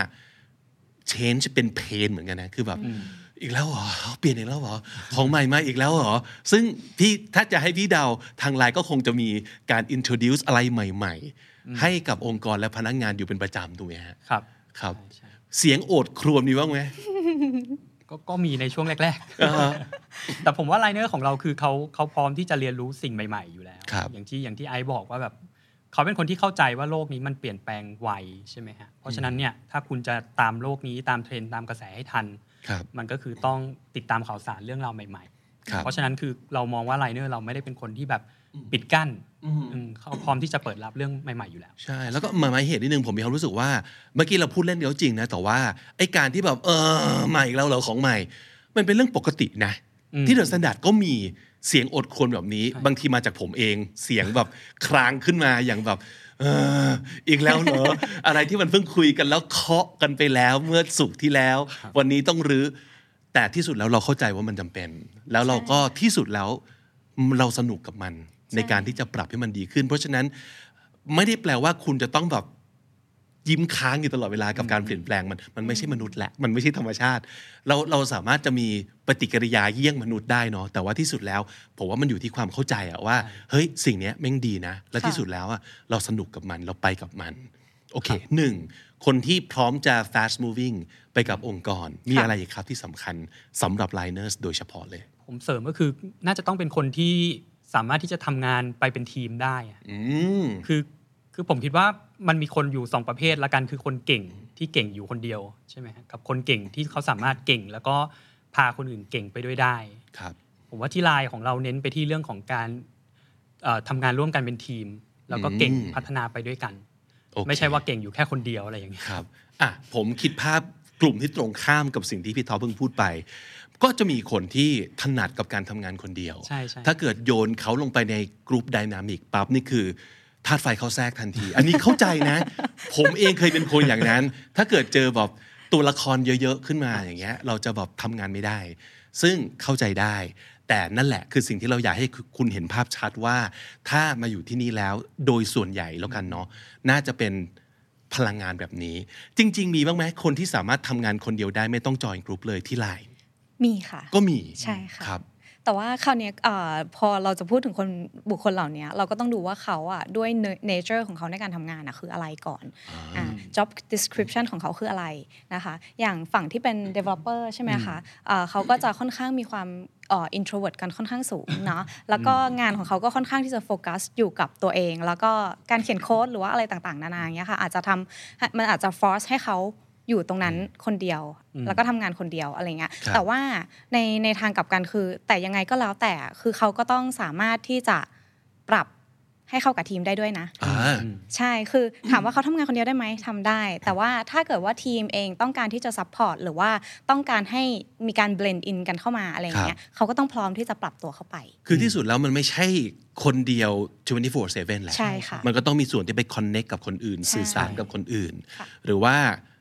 change เป็นเพนเหมือนกันนะคือแบบอีกแล้วเหรอเปลี่ยนอีกแล้วเหรอของใหม่มาอีกแล้วเหรอซึ่งพี่ถ้าจะให้พี่เดาทางไลน์ก็คงจะมีการ introduce อะไรใหม่ๆให้กับองค์กรและพนักงานอยู่เป็นประจำถูกไหมฮะครับครับเสียงโอดครวญมีบ้างไหมก็ก็มีในช่วงแรกๆ แต่ผมว่าไลเนอร์ของเราคือเขาเขาพร้อมที่จะเรียนรู้สิ่งใหม่ๆอยู่แล้วอย่างที่อย่างที่ไอซ์บอกว่าแบบเขาเป็นคนที่เข้าใจว่าโลกนี้มันเปลี่ยนแปลงไวใช่ไหมฮะเพราะฉะนั้นเนี่ยถ้าคุณจะตามโลกนี้ตามเทรนด์ตามกระแสให้ทันมันก็คือต้องติดตามข่าวสารเรื่องราวใหม่ๆเพราะฉะนั้นคือเรามองว่าไลเนอร์เราไม่ได้เป็นคนที่แบบปิดกั้นเขาพร้อมที่จะเปิดรับเรื่องใหม่ๆอยู่แล้วใช่แล้วก็มาหมายเหตุนิดนึงผมมีความรู้สึกว่าเมื่อกี้เราพูดเล่นเดียวจริงนะแต่ว่าไอ้การที่แบบเออใหม่อีกแล้วเหรอของใหม่มันเป็นเรื่องปกตินะที่เดอะสแตนดาร์ดก็มีเสียงอดครวญแบบนี้บางทีมาจากผมเองเสียงแบบครางขึ้นมาอย่างแบบเอออีกแล้วเหรอ อะไรที่มันเพิ่งคุยกันแล้วเคาะกันไปแล้วเมื่อสุกที่แล้ววันนี้ต้องรื้อแต่ที่สุดแล้วเราเข้าใจว่ามันจำเป็นแล้วเราก็ที่สุดแล้วเราสนุกกับมันในการที่จะปรับให้มันดีขึ้นเพราะฉะนั้นไม่ได้แปลว่าคุณจะต้องแบบยิ้มค้างอยู่ตลอดเวลากับการเปลี่ยนแปลงมันมันไม่ใช่มนุษย์แหละมันไม่ใช่ธรรมชาติเราเราสามารถจะมีปฏิกิริยาเยี่ยงมนุษย์ได้เนาะแต่ว่าที่สุดแล้วผมว่ามันอยู่ที่ความเข้าใจอะว่าเฮ้ยสิ่งนี้แม่งดีนะและที่สุดแล้วอะเราสนุกกับมันเราไปกับมันโอเคหนึ่งคนที่พร้อมจะ fast moving ไปกับองค์กรมีอะไรอีกครับที่สำคัญสำหรับ Liners โดยเฉพาะเลยผมเสริมก็คือน่าจะต้องเป็นคนที่สามารถที่จะทำงานไปเป็นทีมได้คือคือผมคิดว่ามันมีคนอยู่สองประเภทละกันคือคนเก่งที่เก่งอยู่คนเดียวใช่ไหมครับกับคนเก่งที่เขาสามารถเก่งแล้วก็พาคนอื่นเก่งไปด้วยได้ครับผมว่าที่ไลน์ของเราเน้นไปที่เรื่องของการทำงานร่วมกันเป็นทีมแล้วก็เก่งพัฒนาไปด้วยกัน okay. ไม่ใช่ว่าเก่งอยู่แค่คนเดียวอะไรอย่างนี้ครับอ่ะผมคิดภาพกลุ่มที่ตรงข้ามกับสิ่งที่พี่ท็อปเพิ่งพูดไปก็จะมีคนที่ถนัดกับการทำงานคนเดียวถ้าเกิดโยนเขาลงไปในกรุ๊ปไดนามิกปั๊บนี่คือธาตุไฟเข้าแทรกทันทีอันนี้เข้าใจนะ ผมเองเคยเป็นคนอย่างนั้นถ้าเกิดเจอแบบตัวละครเยอะๆขึ้นมาอย่างเงี้ยเราจะแบบทำงานไม่ได้ซึ่งเข้าใจได้แต่นั่นแหละคือสิ่งที่เราอยากให้คุณเห็นภาพชัดว่าถ้ามาอยู่ที่นี่แล้วโดยส่วนใหญ่แล้วกันเนาะน่าจะเป็นพลังงานแบบนี้จริงๆมีบ้างไหมคนที่สามารถทำงานคนเดียวได้ไม่ต้องจอยกรุ๊ปเลยที่ไลน์มีค่ะก็มีใช่ค่ะครับแต่ว่าคราวนี้พอเราจะพูดถึงคนบุคคลเหล่านี้เราก็ต้องดูว่าเขาอ่ะด้วย nature ของเขาในการทำงานอ่ะคืออะไรก่อนอ่า job description ของเขาคืออะไรนะคะอย่างฝั่งที่เป็น developer ใช่ไหมคะเขาก็จะค่อนข้างมีความอ่อ introvert กันค่อนข้างสูงเนาะแล้วก็งานของเขาก็ค่อนข้างที่จะโฟกัสอยู่กับตัวเองแล้วก็การเขียนโค้ดหรือว่าอะไรต่างๆนานาเงี้ยค่ะอาจจะทำมันอาจจะ force ให้เขาอยู่ตรงนั้นคนเดียวแล้วก็ทำงานคนเดียวอะไรเงี้ยแต่ว่าในในทางกลับกันคือแต่ยังไงก็แล้วแต่คือเขาก็ต้องสามารถที่จะปรับให้เข้ากับทีมได้ด้วยนะใช่คือถามว่าเขาทำงานคนเดียวได้ไหมทำได้แต่ว่าถ้าเกิดว่าทีมเองต้องการที่จะซัพพอร์ตหรือว่าต้องการให้มีการเบลนด์อินกันเข้ามาอะไรเงี้ยเขาก็ต้องพร้อมที่จะปรับตัวเข้าไปคือที่สุดแล้วมันไม่ใช่คนเดียว ทเวนตี้โฟร์ เซเว่น แหละใช่ค่ะมันก็ต้องมีส่วนที่ไปคอนเนคกับคนอื่นสื่อสารกับคนอื่นหรือว่า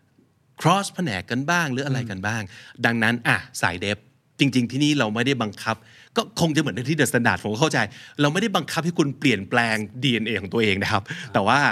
cross แผนกกันบ้างหรืออะไรกันบ้างดังนั้นอ่ะสายเดฟจริงๆที่นี่เราไม่ได้บังคับก็คงจะเหมือนที่ The Standard ผมเข้าใจเราไม่ได้บังคับให้คุณเปลี่ยนแปลง ดี เอ็น เอ ของตัวเองนะครับแต่ว่า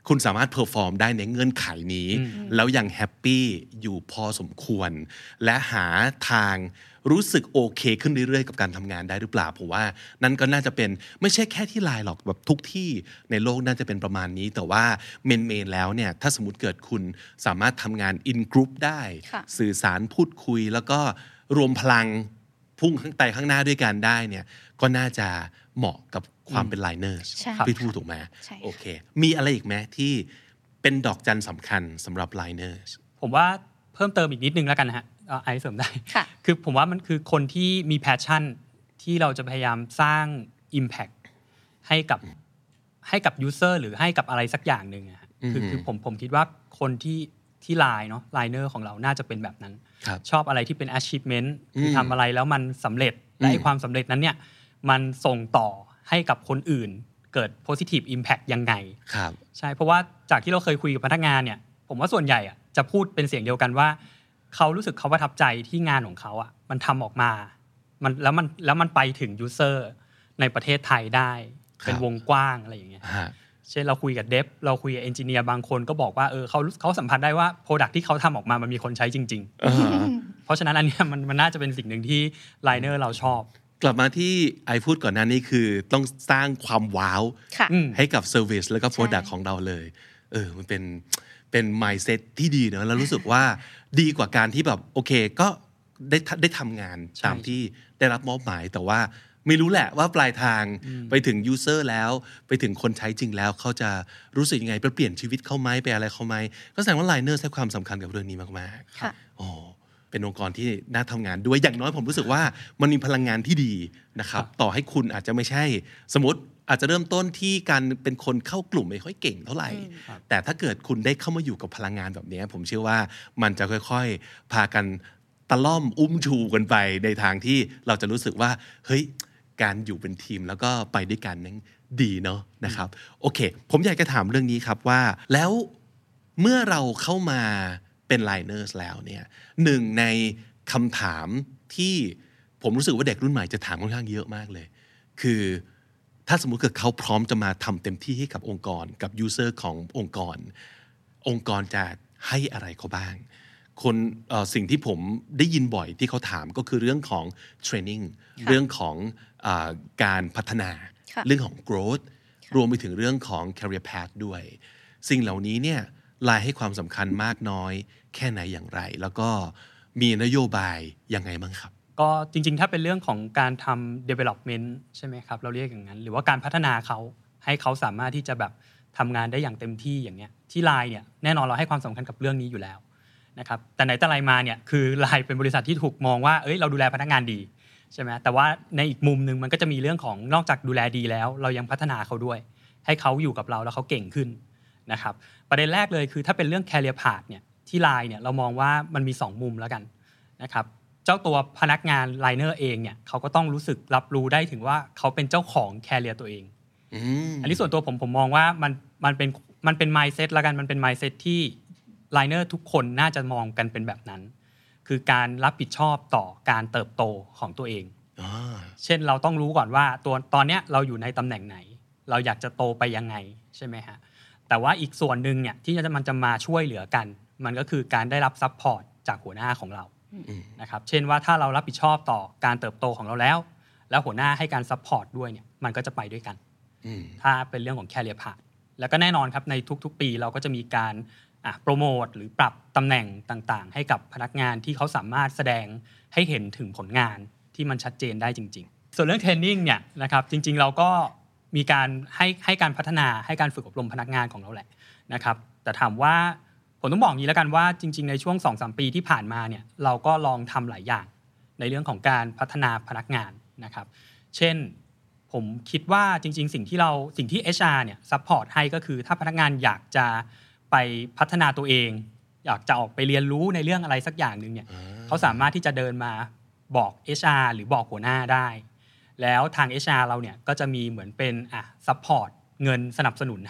คุณสามารถเพอร์ฟอร์มได้ในเงื่อนไขนี้แล้วยังแฮปปี้อยู่พอสมควรและหาทางรู้สึกโอเคขึ้นเรื่อยๆกับการทำงานได้หรือเปล่าผมว่านั่นก็น่าจะเป็นไม่ใช่แค่ที่ไลน์หรอกแบบทุกที่ในโลกน่าจะเป็นประมาณนี้แต่ว่าเมนเมนแล้วเนี่ยถ้าสมมติเกิดคุณสามารถทำงานอินกรุ๊ปได้สื่อสารพูดคุยแล้วก็รวมพลังพุ่งข้างใต้ข้างหน้าด้วยกันได้เนี่ยก็น่าจะเหมาะกับความเป็นไลเนอร์พี่ทูถูกไหมโอเคมีอะไรอีกไหมที่เป็นดอกจันสำคัญสำหรับไลเนอร์ผมว่าเพิ่มเติมอีกนิดนึงแล้วกันนะฮะไอซ์เสริมได้คือผมว่ามันคือคนที่มีแพชชั่นที่เราจะพยายามสร้าง impact ให้กับให้กับ user หรือให้กับอะไรสักอย่างหนึ่งอะคือคือผมผมคิดว่าคนที่ที่ไลน์เนาะไลเนอร์ของเราน่าจะเป็นแบบนั้นชอบอะไรที่เป็น achievement คือทำอะไรแล้วมันสำเร็จและไอ้ความสำเร็จนั้นเนี่ยมันส่งต่อให้กับคนอื่นเกิด positive impact ยังไงใช่เพราะว่าจากที่เราเคยคุยกับพนักงานเนี่ยผมว่าส่วนใหญ่อะจะพูดเป็นเสียงเดียวกันว่าเขารู้สึกเขาประทับใจที่งานของเขาอ่ะมันทำออกมามันแล้วมันแล้วมันไปถึงยูเซอร์ในประเทศไทยได้เป็นวงกว้างอะไรอย่างเงี้ยเช่นเราคุยกับเดฟเราคุยกับเอนจิเนียร์บางคนก็บอกว่าเออเขาเขาสัมผัสได้ว่าโปรดักต์ที่เขาทำออกมามันมีคนใช้จริงๆเพราะฉะนั้นอันนี้มันมันน่าจะเป็นสิ่งหนึ่งที่ไลเนอร์เราชอบกลับมาที่ไอพูดก่อนหน้านี้คือต้องสร้างความว้าวให้กับเซอร์วิสแล้วก็โปรดักต์ของเราเลยเออมันเป็นเป็น mindset ที่ดีเนอะแล้วรู้สึกว่าดีกว่าการที่แบบโอเคก็ได้ได้ทำงานตามที่ได้รับมอบหมายแต่ว่าไม่รู้แหละว่าปลายทางไปถึงยูเซอร์แล้วไปถึงคนใช้จริงแล้วเขาจะรู้สึกยังไงไปเปลี่ยนชีวิตเขาไหมไปอะไรเขาไหมก็แสดงว่าไลเนอร์ให้ความสำคัญกับเรื่องนี้มากๆค่ะโอ้เป็นองค์กรที่น่าทำงานด้วยอย่างน้อยผมรู้สึกว่ามันมีพลังงานที่ดีนะครับต่อให้คุณอาจจะไม่ใช่สมมติอาจจะเริ่มต้นที่การเป็นคนเข้ากลุ่มไม่ค่อยเก่งเท่าไหร่แต่ถ้าเกิดคุณได้เข้ามาอยู่กับพลังงานแบบนี้ผมเชื่อว่ามันจะค่อยๆพากันตะล่อมอุ้มชูกันไปในทางที่เราจะรู้สึกว่าเฮ้ยการอยู่เป็นทีมแล้วก็ไปด้วยกันนั้นดีเนาะนะครับโอเคผมอยากจะถามเรื่องนี้ครับว่าแล้วเมื่อเราเข้ามาเป็นไลเนอร์แล้วเนี่ยหนึ่งในคำถามที่ผมรู้สึกว่าเด็กรุ่นใหม่จะถามค่อนข้างเยอะมากเลยคือถ้าสมมุติเกิดเขาพร้อมจะมาทำเต็มที่ให้กับองค์กรกับยูเซอร์ขององค์กรองค์กรจะให้อะไรเขาบ้างคนเอ่อสิ่งที่ผมได้ยินบ่อยที่เขาถามก็คือเรื่องของเทรนนิ่งเรื่องของเอ่อการพัฒนาเรื่องของ growth รวมไปถึงเรื่องของ career path ด้วยสิ่งเหล่านี้เนี่ยลายให้ความสำคัญมากน้อยแค่ไหนอย่างไรแล้วก็มีนโยบายยังไงบ้างครับก็จริงๆถ้าเป็นเรื่องของการทำ development ใช่ไหมครับเราเรียกอย่างนั้นหรือว่าการพัฒนาเขาให้เขาสามารถที่จะแบบทำงานได้อย่างเต็มที่อย่างเงี้ยที่ ไลน์ เนี่ยแน่นอนเราให้ความสำคัญกับเรื่องนี้อยู่แล้วนะครับแต่ไหนแต่ไรมาเนี่ยคือ ไลน์ เป็นบริษัทที่ถูกมองว่าเอ้ยเราดูแลพนักงานดีใช่ไหมแต่ว่าในอีกมุมนึงมันก็จะมีเรื่องของนอกจากดูแลดีแล้วเรายังพัฒนาเขาด้วยให้เขาอยู่กับเราแล้วเขาเก่งขึ้นนะครับประเด็นแรกเลยคือถ้าเป็นเรื่อง career path เนี่ยที่ ไลน์ เนี่ยเรามองว่ามันมีสองมุมแล้วกันนะครับเจ้าตัวพนักงานไลเนอร์เองเนี่ยเขาก็ต้องรู้สึกรับรู้ได้ถึงว่าเขาเป็นเจ้าของแคเรียร์ตัวเองอันนี้ส่วนตัวผมผมมองว่ามันมันเป็นมันเป็น mindset ละกันมันเป็น mindset ที่ไลเนอร์ทุกคนน่าจะมองกันเป็นแบบนั้นคือการรับผิดชอบต่อการเติบโตของตัวเองเช่นเราต้องรู้ก่อนว่าตัวตอนเนี้ยเราอยู่ในตำแหน่งไหนเราอยากจะโตไปยังไงใช่ไหมฮะแต่ว่าอีกส่วนหนึ่งเนี่ยที่มันจะมาช่วยเหลือกันมันก็คือการได้รับซัพพอร์ตจากหัวหน้าของเรานะครับเช่นว่าถ้าเรารับผิดชอบต่อการเติบโตของเราแล้วแล้วหัวหน้าให้การซัพพอร์ตด้วยเนี่ยมันก็จะไปด้วยกันถ้าเป็นเรื่องของ career path แล้วก็แน่นอนครับในทุกๆปีเราก็จะมีการอ่ะโปรโมทหรือปรับตำแหน่งต่างๆให้กับพนักงานที่เขาสามารถแสดงให้เห็นถึงผลงานที่มันชัดเจนได้จริงๆส่วนเรื่องเทรนนิ่งเนี่ยนะครับจริงๆเราก็มีการให้ให้การพัฒนาให้การฝึกอบรมพนักงานของเราแหละนะครับแต่ถามว่าผมต้องบอกอย่างนี้แล้วกันว่าจริงๆในช่วง สองถึงสาม ปีที่ผ่านมาเนี่ยเราก็ลองทำหลายอย่างในเรื่องของการพัฒนาพนักงานนะครับเช่นผมคิดว่าจริงๆสิ่งที่เราสิ่งที่ เอช อาร์ เนี่ยซัพพอร์ตให้ก็คือถ้าพนักงานอยากจะไปพัฒนาตัวเองอยากจะออกไปเรียนรู้ในเรื่องอะไรสักอย่างนึงเนี่ยเขาสามารถที่จะเดินมาบอก เอช อาร์ หรือบอกหัวหน้าได้แล้วทาง เอช อาร์ เราเนี่ยก็จะมีเหมือนเป็นอ่ะซัพพอร์ตเงินสนับสนุนให้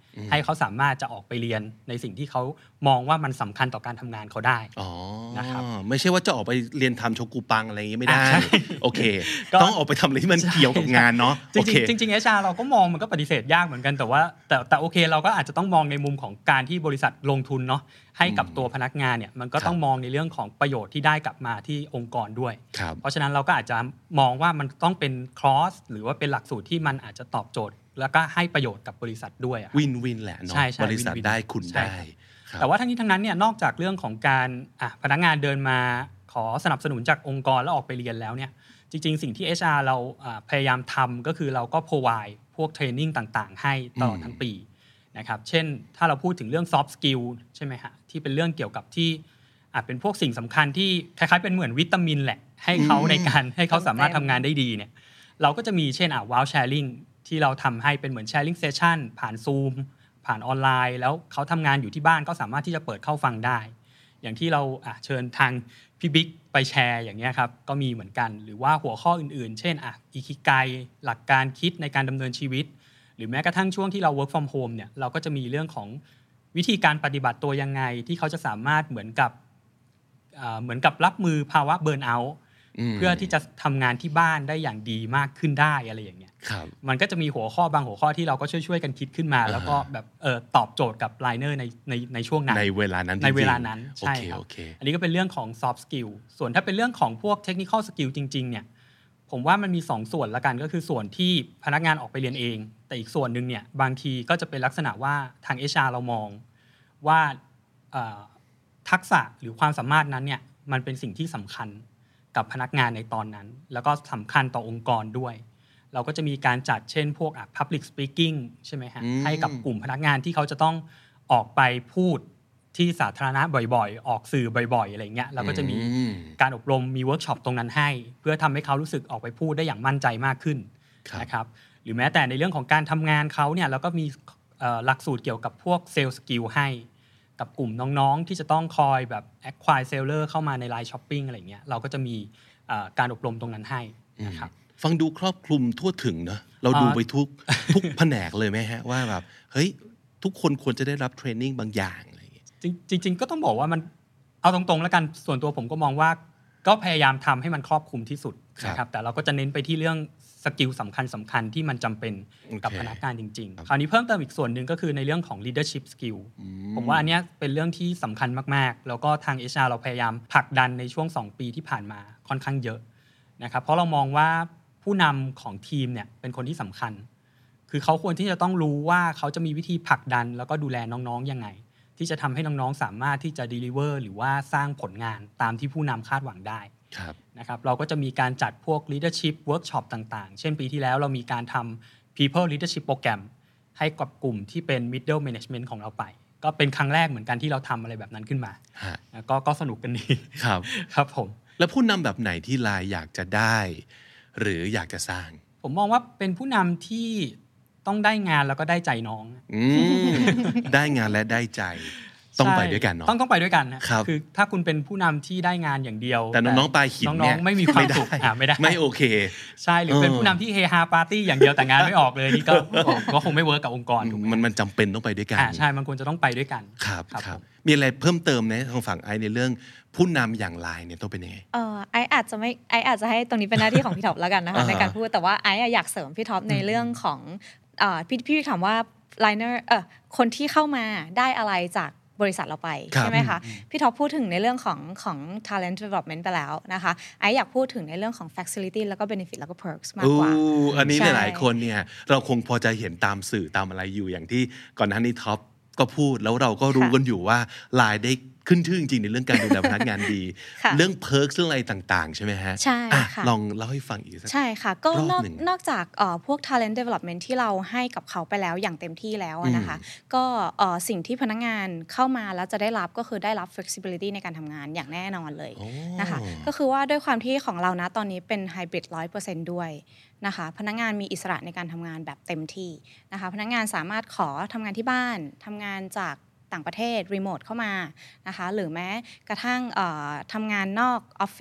ให้เขาสามารถจะออกไปเรียนในสิ่งที่เขามองว่ามันสำคัญต่อการทำงานเขาได้อ๋อนะครับไม่ใช่ว่าจะออกไปเรียนทำโชกุปังอะไรอย่างงี้ไม่ได้โอเคต้องออกไปทำอะไรที่มันเกี่ยวกับงานเนาะจริงๆจริงๆ เอช อาร์ เราก็มองมันก็ปฏิเสธยากเหมือนกันแต่ว่าแต่แต่โอเคเราก็อาจจะต้องมองในมุมของการที่บริษัทลงทุนเนาะให้กับตัวพนักงานเนี่ยมันก็ต้องมองในเรื่องของประโยชน์ที่ได้กลับมาที่องค์กรด้วยเพราะฉะนั้นเราก็อาจจะมองว่ามันต้องเป็นคอร์สหรือว่าเป็นหลักสูตรที่มันอาจจะตอบโจทย์แล้วก็ให้ประโยชน์กับบริษัทด้วยวินวินแหละเนาะบริษัทได้คุณได้แต่ว่าทั้งนี้ทั้งนั้นเนี่ยนอกจากเรื่องของการพนักงานเดินมาขอสนับสนุนจากองค์กรแล้วออกไปเรียนแล้วเนี่ยจริงๆสิ่งที่ เอช อาร์ เราพยายามทำก็คือเราก็ provide พวกเทรนนิ่งต่างๆให้ตลอดทั้งปีนะครับเช่นถ้าเราพูดถึงเรื่อง soft skill ใช่ไหมฮะที่เป็นเรื่องเกี่ยวกับที่อาจเป็นพวกสิ่งสำคัญที่คล้ายๆเป็นเหมือนวิตามินแหละให้เขาในการให้เขาสามารถทำงานได้ดีเนี่ยเราก็จะมีเช่นอ่ะ wow sharing ที่เราทำให้เป็นเหมือน sharing session ผ่าน Zoom ผ่านออนไลน์แล้วเขาทำงานอยู่ที่บ้านก็สามารถที่จะเปิดเข้าฟังได้อย่างที่เราอ่ะเชิญทางพี่บิ๊กไปแชร์อย่างเงี้ยครับก็มีเหมือนกันหรือว่าหัวข้ออื่นๆเช่นอ่ะอิคิไกหลักการคิดในการดำเนินชีวิตหรือแม้กระทั่งช่วงที่เรา work from home เนี่ยเราก็จะมีเรื่องของวิธีการปฏิบัติตัวยังไงที่เขาจะสามารถเหมือนกับเหมือนกับรับมือภาวะเบิร์นเอาท์เพื่อที่จะทำงานที่บ้านได้อย่างดีมากขึ้นได้อะไรอย่างเงี้ยมันก็จะมีหัวข้อบางหัวข้อที่เราก็ช่วยๆกันคิดขึ้นมาแล้วก็แบบเออตอบโจทย์กับไลเนอร์ในในในช่วงนั้นในเวลานั้นในเวลานั้นใช่ครับอันนี้ก็เป็นเรื่องของ soft skill ส่วนถ้าเป็นเรื่องของพวก technical skill จริงๆเนี่ยผมว่ามันมีสองส่วนละกันก็คือส่วนที่พนักงานออกไปเรียนเองแต่อีกส่วนนึงเนี่ยบางทีก็จะเป็นลักษณะว่าทาง เอช อาร์ เรามองว่าทักษะหรือความสามารถนั้นเนี่ยมันเป็นสิ่งที่สำคัญกับพนักงานในตอนนั้นแล้วก็สำคัญต่อองค์กรด้วยเราก็จะมีการจัดเช่นพวก public speaking ใช่ไหมฮะให้กับกลุ่มพนักงานที่เขาจะต้องออกไปพูดที่สาธารณะบ่อยๆออกสื่อบ่อยๆอะไรเงี้ยเราก็จะมีการอบรมมีเวิร์กช็อปตรงนั้นให้เพื่อทำให้เขารู้สึกออกไปพูดได้อย่างมั่นใจมากขึ้นนะครับหรือแม้แต่ในเรื่องของการทำงานเขาเนี่ยเราก็มีหลักสูตรเกี่ยวกับพวกเซลล์สกิลให้กับกลุ่มน้องๆที่จะต้องคอยแบบ acquire seller เข้ามาใน Line Shopping อะไรเงี้ยเราก็จะมีการอบรมตรงนั้นให้นะครับฟังดูครอบคลุมทั่วถึงเนอะเราดูไปทุกทุกแผนกเลยไหมฮะว่าแบบเฮ้ยทุกคนควรจะได้รับเทรนนิ่งบางอย่างอะไรอย่างเงี้ยจริงๆก็ต้องบอกว่ามันเอาตรงๆแล้วกันส่วนตัวผมก็มองว่าก็พยายามทำให้มันครอบคลุมที่สุดนะครับแต่เราก็จะเน้นไปที่เรื่องสกิลสำคัญสำคัญที่มันจำเป็นกับพนักงานจริงๆคราวนี้เพิ่มเติมอีกส่วนหนึ่งก็คือในเรื่องของ leadership skill ผมว่าอันนี้เป็นเรื่องที่สำคัญมากๆแล้วก็ทาง เอช อาร์ เราพยายามผลักดันในช่วงสองปีที่ผ่านมาค่อนข้างเยอะนะครับเพราะเรามองว่าผู้นำของทีมเนี่ยเป็นคนที่สำคัญคือเขาควรที่จะต้องรู้ว่าเขาจะมีวิธีผลักดันแล้วก็ดูแลน้องๆยังไงที่จะทำให้น้องๆสามารถที่จะ deliver หรือว่าสร้างผลงานตามที่ผู้นำคาดหวังได้นะครับเราก็จะมีการจัดพวก leadership workshop ต่างๆเช่นปีที่แล้วเรามีการทำ people leadership program ให้กับกลุ่มที่เป็น middle management ของเราไปก็เป็นครั้งแรกเหมือนกันที่เราทำอะไรแบบนั้นขึ้นมาก็ก็สนุกกันดีครับครับผมแล้วผู้นำแบบไหนที่ไลน์อยากจะได้หรืออยากจะสร้างผมมองว่าเป็นผู้นำที่ต้องได้งานแล้วก็ได้ใจน้องอืมได้งานและได้ใจต้องไปด้วยกันเนาะต้องต้องไปด้วยกันนะคือถ้าคุณเป็นผู้นำที่ได้งานอย่างเดียวแต่น้องๆปลายหินเนี่ยน้องๆไม่มีความสุขอ่ะไม่ได้ไม่โอเคใช่หรือเป็นผู้นำที่เฮฮาปาร์ตี้อย่างเดียวแต่งานไม่ออกเลยนี่ก็ก็คงไม่เวิร์กกับองค์กรถูกไหมมันมันจำเป็นต้องไปด้วยกันอ่าใช่มันควรจะต้องไปด้วยกันครับครับมีอะไรเพิ่มเติมไหมทางฝั่งไอในเรื่องผู้นำอย่างไลน์เนี่ยต้องเป็นยังไงเออไออาจจะไม่ไออาจจะให้ตรงนี้เป็นหน้าที่ของพี่ท็อปแล้วกันนะคะในการพูดแต่ว่าไออยากเสริมพี่ท็อปในเรื่องของอ่าพี่พี่ถามว่าไลเนอร์เออคนที่เข้ามาได้อะไรจากบริษัทเราไปใช่ไหมคะพี่ท็อปพูดถึงในเรื่องของของ talent development ไปแล้วนะคะไออยากพูดถึงในเรื่องของ facility แล้วก็ benefit แล้วก็ perks มากกว่าอันนี้หลายๆคนเนี่ยเราคงพอจะเห็นตามสื่อตามอะไรอยู่อย่างที่ก่อนหน้านี้ท็อปก็พูดแล้วเราก็รู้กันอยู่ว่าไลน์ได้ขึ้นชื่อจริงๆในเรื่องการดูแลพนักงานดีเรื่องเพิร์กเรื่องอะไรต่างๆใช่ไหมฮะใช่ค่ะลองเล่าให้ฟังอีกสักใช่ค่ะก็นอกนอกจากพวก talent development ที่เราให้กับเขาไปแล้วอย่างเต็มที่แล้วนะคะก็สิ่งที่พนักงานเข้ามาแล้วจะได้รับก็คือได้รับ flexibility ในการทำงานอย่างแน่นอนเลยนะคะก็คือว่าด้วยความที่ของเรานะตอนนี้เป็น hybrid ร้อยเปอร์เซ็นต์ ด้วยนะคะพนักงานมีอิสระในการทำงานแบบเต็มที่นะคะพนักงานสามารถขอทำงานที่บ้านทำงานจากต่างประเทศรีโมทเข้ามานะคะหรือแม้กระทั่งทำงานนอกออฟฟิศ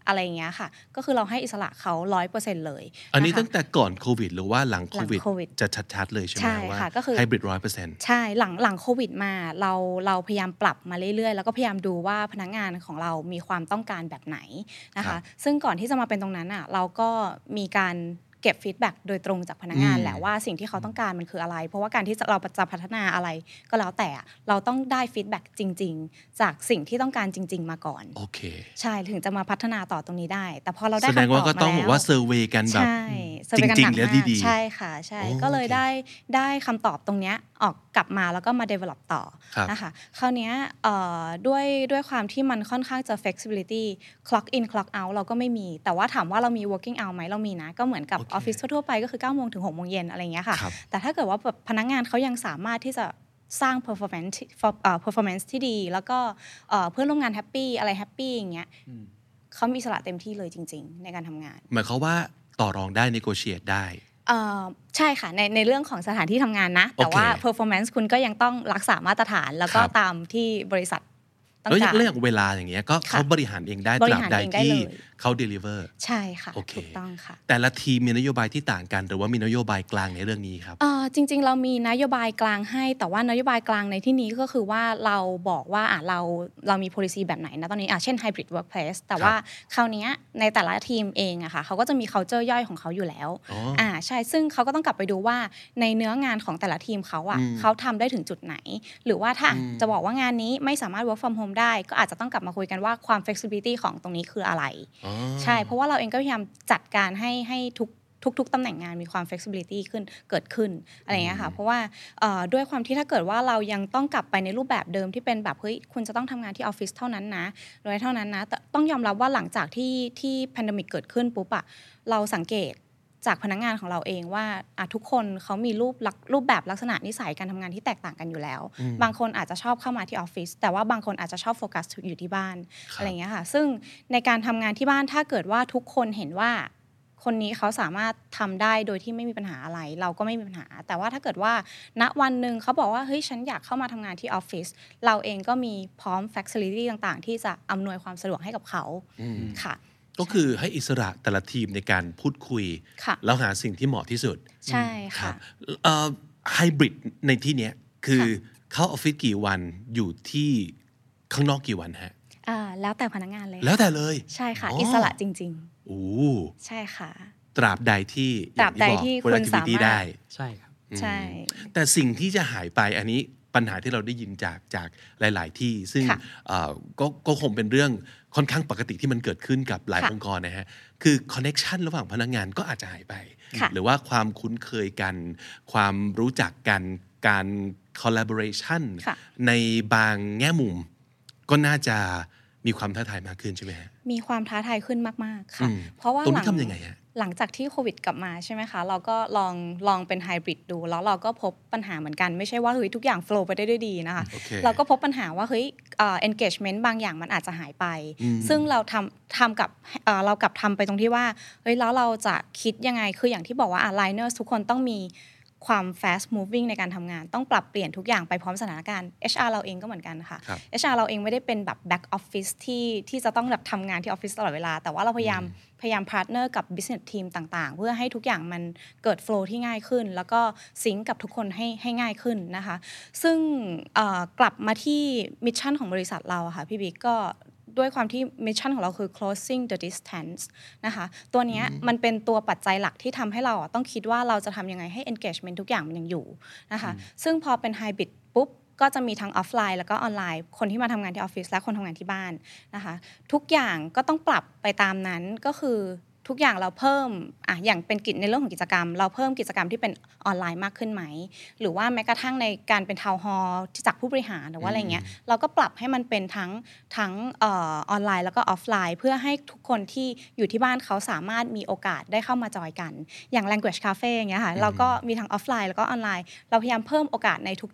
อะไรอย่างเงี้ยค่ะก็คือเราให้อิสระเขา ร้อยเปอร์เซ็นต์ เลยอันนี้ตั้งแต่ก่อนโควิดหรือว่าหลังโควิดหลังโควิดจะชัดๆเลยใช่ไหมว่าไฮบริด ร้อยเปอร์เซ็นต์ใช่หลังหลังโควิดมาเราเราพยายามปรับมาเรื่อยๆแล้วก็พยายามดูว่าพนักงานของเรามีความต้องการแบบไหนนะคะซึ่งก่อนที่จะมาเป็นตรงนั้นอ่ะเราก็มีการเก็บฟีดแบ็กโดยตรงจากพนักงานแหละว่าสิ่งที่เขาต้องการมันคืออะไรเพราะว่าการที่เราจะพัฒนาอะไรก็แล้วแต่เราต้องได้ฟีดแบ็กจริงๆจากสิ่งที่ต้องการจริงๆมาก่อนโอเคใช่ถึงจะมาพัฒนาต่อตรงนี้ได้แต่พอเราได้คำตอบมาแล้วแสดงว่าก็ต้องบอกว่าเซอร์เวย์กันแบบจริงๆแล้วดีๆใช่ค่ะใช่ก็เลยได้ได้คำตอบตรงเนี้ยออกกลับมาแล้วก็มา develop ต่อนะคะคราวนี้ด้วยด้วยความที่มันค่อนข้างจะ flexibility clock in clock out เราก็ไม่มีแต่ว่าถามว่าเรามี working hour ไหมเรามีนะก็เหมือนกับออฟฟิศทั่วไปก็คือเก้าโมงถึงหกโมงเย็นอะไรอย่างเงี้ยค่ะแต่ถ้าเกิดว่าพนักงานเขายังสามารถที่จะสร้าง performance performance ที่ดีแล้วก็เพื่อนร่วมงานแฮปปี้อะไรแฮปปี้อย่างเงี้ยเขามีอิสระเต็มที่เลยจริงๆในการทำงานหมายความว่าต่อรองได้ negotiate ได้ใช่ค่ะในในเรื่องของสถานที่ทำงานนะแต่ว่า performance คุณก็ยังต้องรักษามาตรฐานแล้วก็ตามที่บริษัทต้องการแล้วอย่างเวลาอย่างเงี้ยก็เขาบริหารเองได้ตราบใดที่เขา deliver ใช่ค่ะถูกต้องค่ะแต่ละทีมมีนโยบายที่ต่างกันหรือว่ามีนโยบายกลางในเรื่องนี้ครับจริงๆเรามีนโยบายกลางให้แต่ว่านโยบายกลางในที่นี้ก็คือว่าเราบอกว่าอ่ะเราเรามี policy แบบไหนนะตอนนี้อ่ะเช่น hybrid workplace แต่ว่าคราวนี้ในแต่ละทีมเองอะค่ะเขาก็จะมี culture ย่อยของเขาอยู่แล้วอ่าใช่ซึ่งเขาก็ต้องกลับไปดูว่าในเนื้องานของแต่ละทีมเขาอะเขาทำได้ถึงจุดไหนหรือว่าถ้าจะบอกว่างานนี้ไม่สามารถ work from home ได้ก็อาจจะต้องกลับมาคุยกันว่าความ flexibility ของตรงนี้คืออะไรใช่เพราะว่าเราเองก็พยายามจัดการให้ให้ทุกทุกๆตำแหน่งงานมีความ flexibility ขึ้นเกิดขึ้นอะไรอย่างเงี้ยค่ะเพราะว่าด้วยความที่ถ้าเกิดว่าเรายังต้องกลับไปในรูปแบบเดิมที่เป็นแบบเฮ้ยคุณจะต้องทำงานที่ออฟฟิศเท่านั้นนะโดยเท่านั้นนะต้องยอมรับว่าหลังจากที่ที่ pandemic เกิดขึ้นปุ๊บอะเราสังเกตจากพนักงานของเราเองว่าทุกคนเขามีรูปรูปแบบลักษณะนิสัยการทำงานที่แตกต่างกันอยู่แล้วบางคนอาจจะชอบเข้ามาที่ออฟฟิศแต่ว่าบางคนอาจจะชอบโฟกัสอยู่ที่บ้านอะไรอย่างเงี้ยค่ะซึ่งในการทำงานที่บ้านถ้าเกิดว่าทุกคนเห็นว่าคนนี้เขาสามารถทำได้โดยที่ไม่มีปัญหาอะไรเราก็ไม่มีปัญหาแต่ว่าถ้าเกิดว่าณวันหนึ่งเขาบอกว่าเฮ้ยฉันอยากเข้ามาทำงานที่ออฟฟิศเราเองก็มีพร้อม facility ต่างๆที่จะอำนวยความสะดวกให้กับเขาค่ะก็คือให้อิสระแต่ละทีมในการพูดคุยแล้วหาสิ่งที่เหมาะที่สุดใช่ค่ะไฮบริดในที่นี้คือเข้าออฟฟิศกี่วันอยู่ที่ข้างนอกกี่วันฮะแล้วแต่พนักงานเลยแล้วแต่เลยใช่ค่ะอิสระจริงๆโอ้ใช่ค่ะตราบใดที่ตราบใดที่คุณสามารถได้ใช่ครับใช่แต่สิ่งที่จะหายไปอันนี้ปัญหาที่เราได้ยินจากจากหลายๆที่ซึ่งก็ก็คงเป็นเรื่องค่อนข้างปกติที่มันเกิดขึ้นกับหลายองค์กรนะฮะคือคอนเนคชันระหว่างพนักงานก็อาจจะหายไปหรือว่าความคุ้นเคยกันความรู้จักกันการ collaboration ในบางแง่มุมก็น่าจะมีความท้าทายมากขึ้นใช่ไหมฮะมีความท้าทายขึ้นมากๆค่ะเพราะว่าตรงนี้ทำยังไงฮะหลังจากที่โควิดกลับมาใช่ไหมคะเราก็ลองลองเป็นไฮบริดดูแล้วเราก็พบปัญหาเหมือนกันไม่ใช่ว่าเฮ้ยทุกอย่างโฟลว์ไปได้ด้วยดีนะคะ okay. เราก็พบปัญหาว่าเฮ้ยเอ่อ engagement บางอย่างมันอาจจะหายไปซึ่งเราทำทำกับเอ่อเรากลับทำไปตรงที่ว่าเฮ้ยแล้วเราจะคิดยังไงคืออย่างที่บอกว่าอ่ะ liners ทุกคนต้องมีความ fast moving ในการทำงานต้องปรับเปลี่ยนทุกอย่างไปพร้อมสถานการณ์ เอช อาร์ เราเองก็เหมือนกันค่ะ เอช อาร์ เราเองไม่ได้เป็นแบบ back office ที่ที่จะต้องแบบทำงานที่ออฟฟิศตลอดเวลาแต่ว่าเราพยายามพยายาม partner กับ business team ต่างๆเพื่อให้ทุกอย่างมันเกิด flow ที่ง่ายขึ้นแล้วก็ซิงก์กับทุกคนให้ให้ง่ายขึ้นนะคะซึ่งกลับมาที่มิชชั่นของบริษัทเราค่ะพี่บิ๊กก็ด้วยความที่มิชชั่นของเราคือ closing the distance นะคะตัวนี้มันเป็นตัวปัจจัยหลักที่ทำให้เราต้องคิดว่าเราจะทำยังไงให้ engagement ทุกอย่างมันยังอยู่นะคะซึ่งพอเป็น hybrid ปุ๊บก็จะมีทั้งออฟไลน์แล้วก็ออนไลน์คนที่มาทำงานที่ออฟฟิศและคนทำงานที่บ้านนะคะทุกอย่างก็ต้องปรับไปตามนั้นก็คือทุกอย่างเราเพิ่มอ่ะอย่างเป็นกิจในเรื่องของกิจกรรมเราเพิ่มกิจกรรมที่เป็นออนไลน์มากขึ้นไหมหรือว่าแม้กระทั่งในการเป็นทาวน์ฮอลล์จากผู้บริหารหรือว่าอะไรเงี้ยเราก็ปรับให้มันเป็นทั้งทั้งเอ่อออนไลน์แล้วก็ออฟไลน์เพื่อให้ทุกคนที่อยู่ที่บ้านเขาสามารถมีโอกาสได้เข้ามาจอยกันอย่าง language cafe อย่างเงี้ยค่ะเราก็มีทั้งออฟไลน์แล้วก็ออนไลน์เราพยายามเพิ่มโอกาสในทุกๆ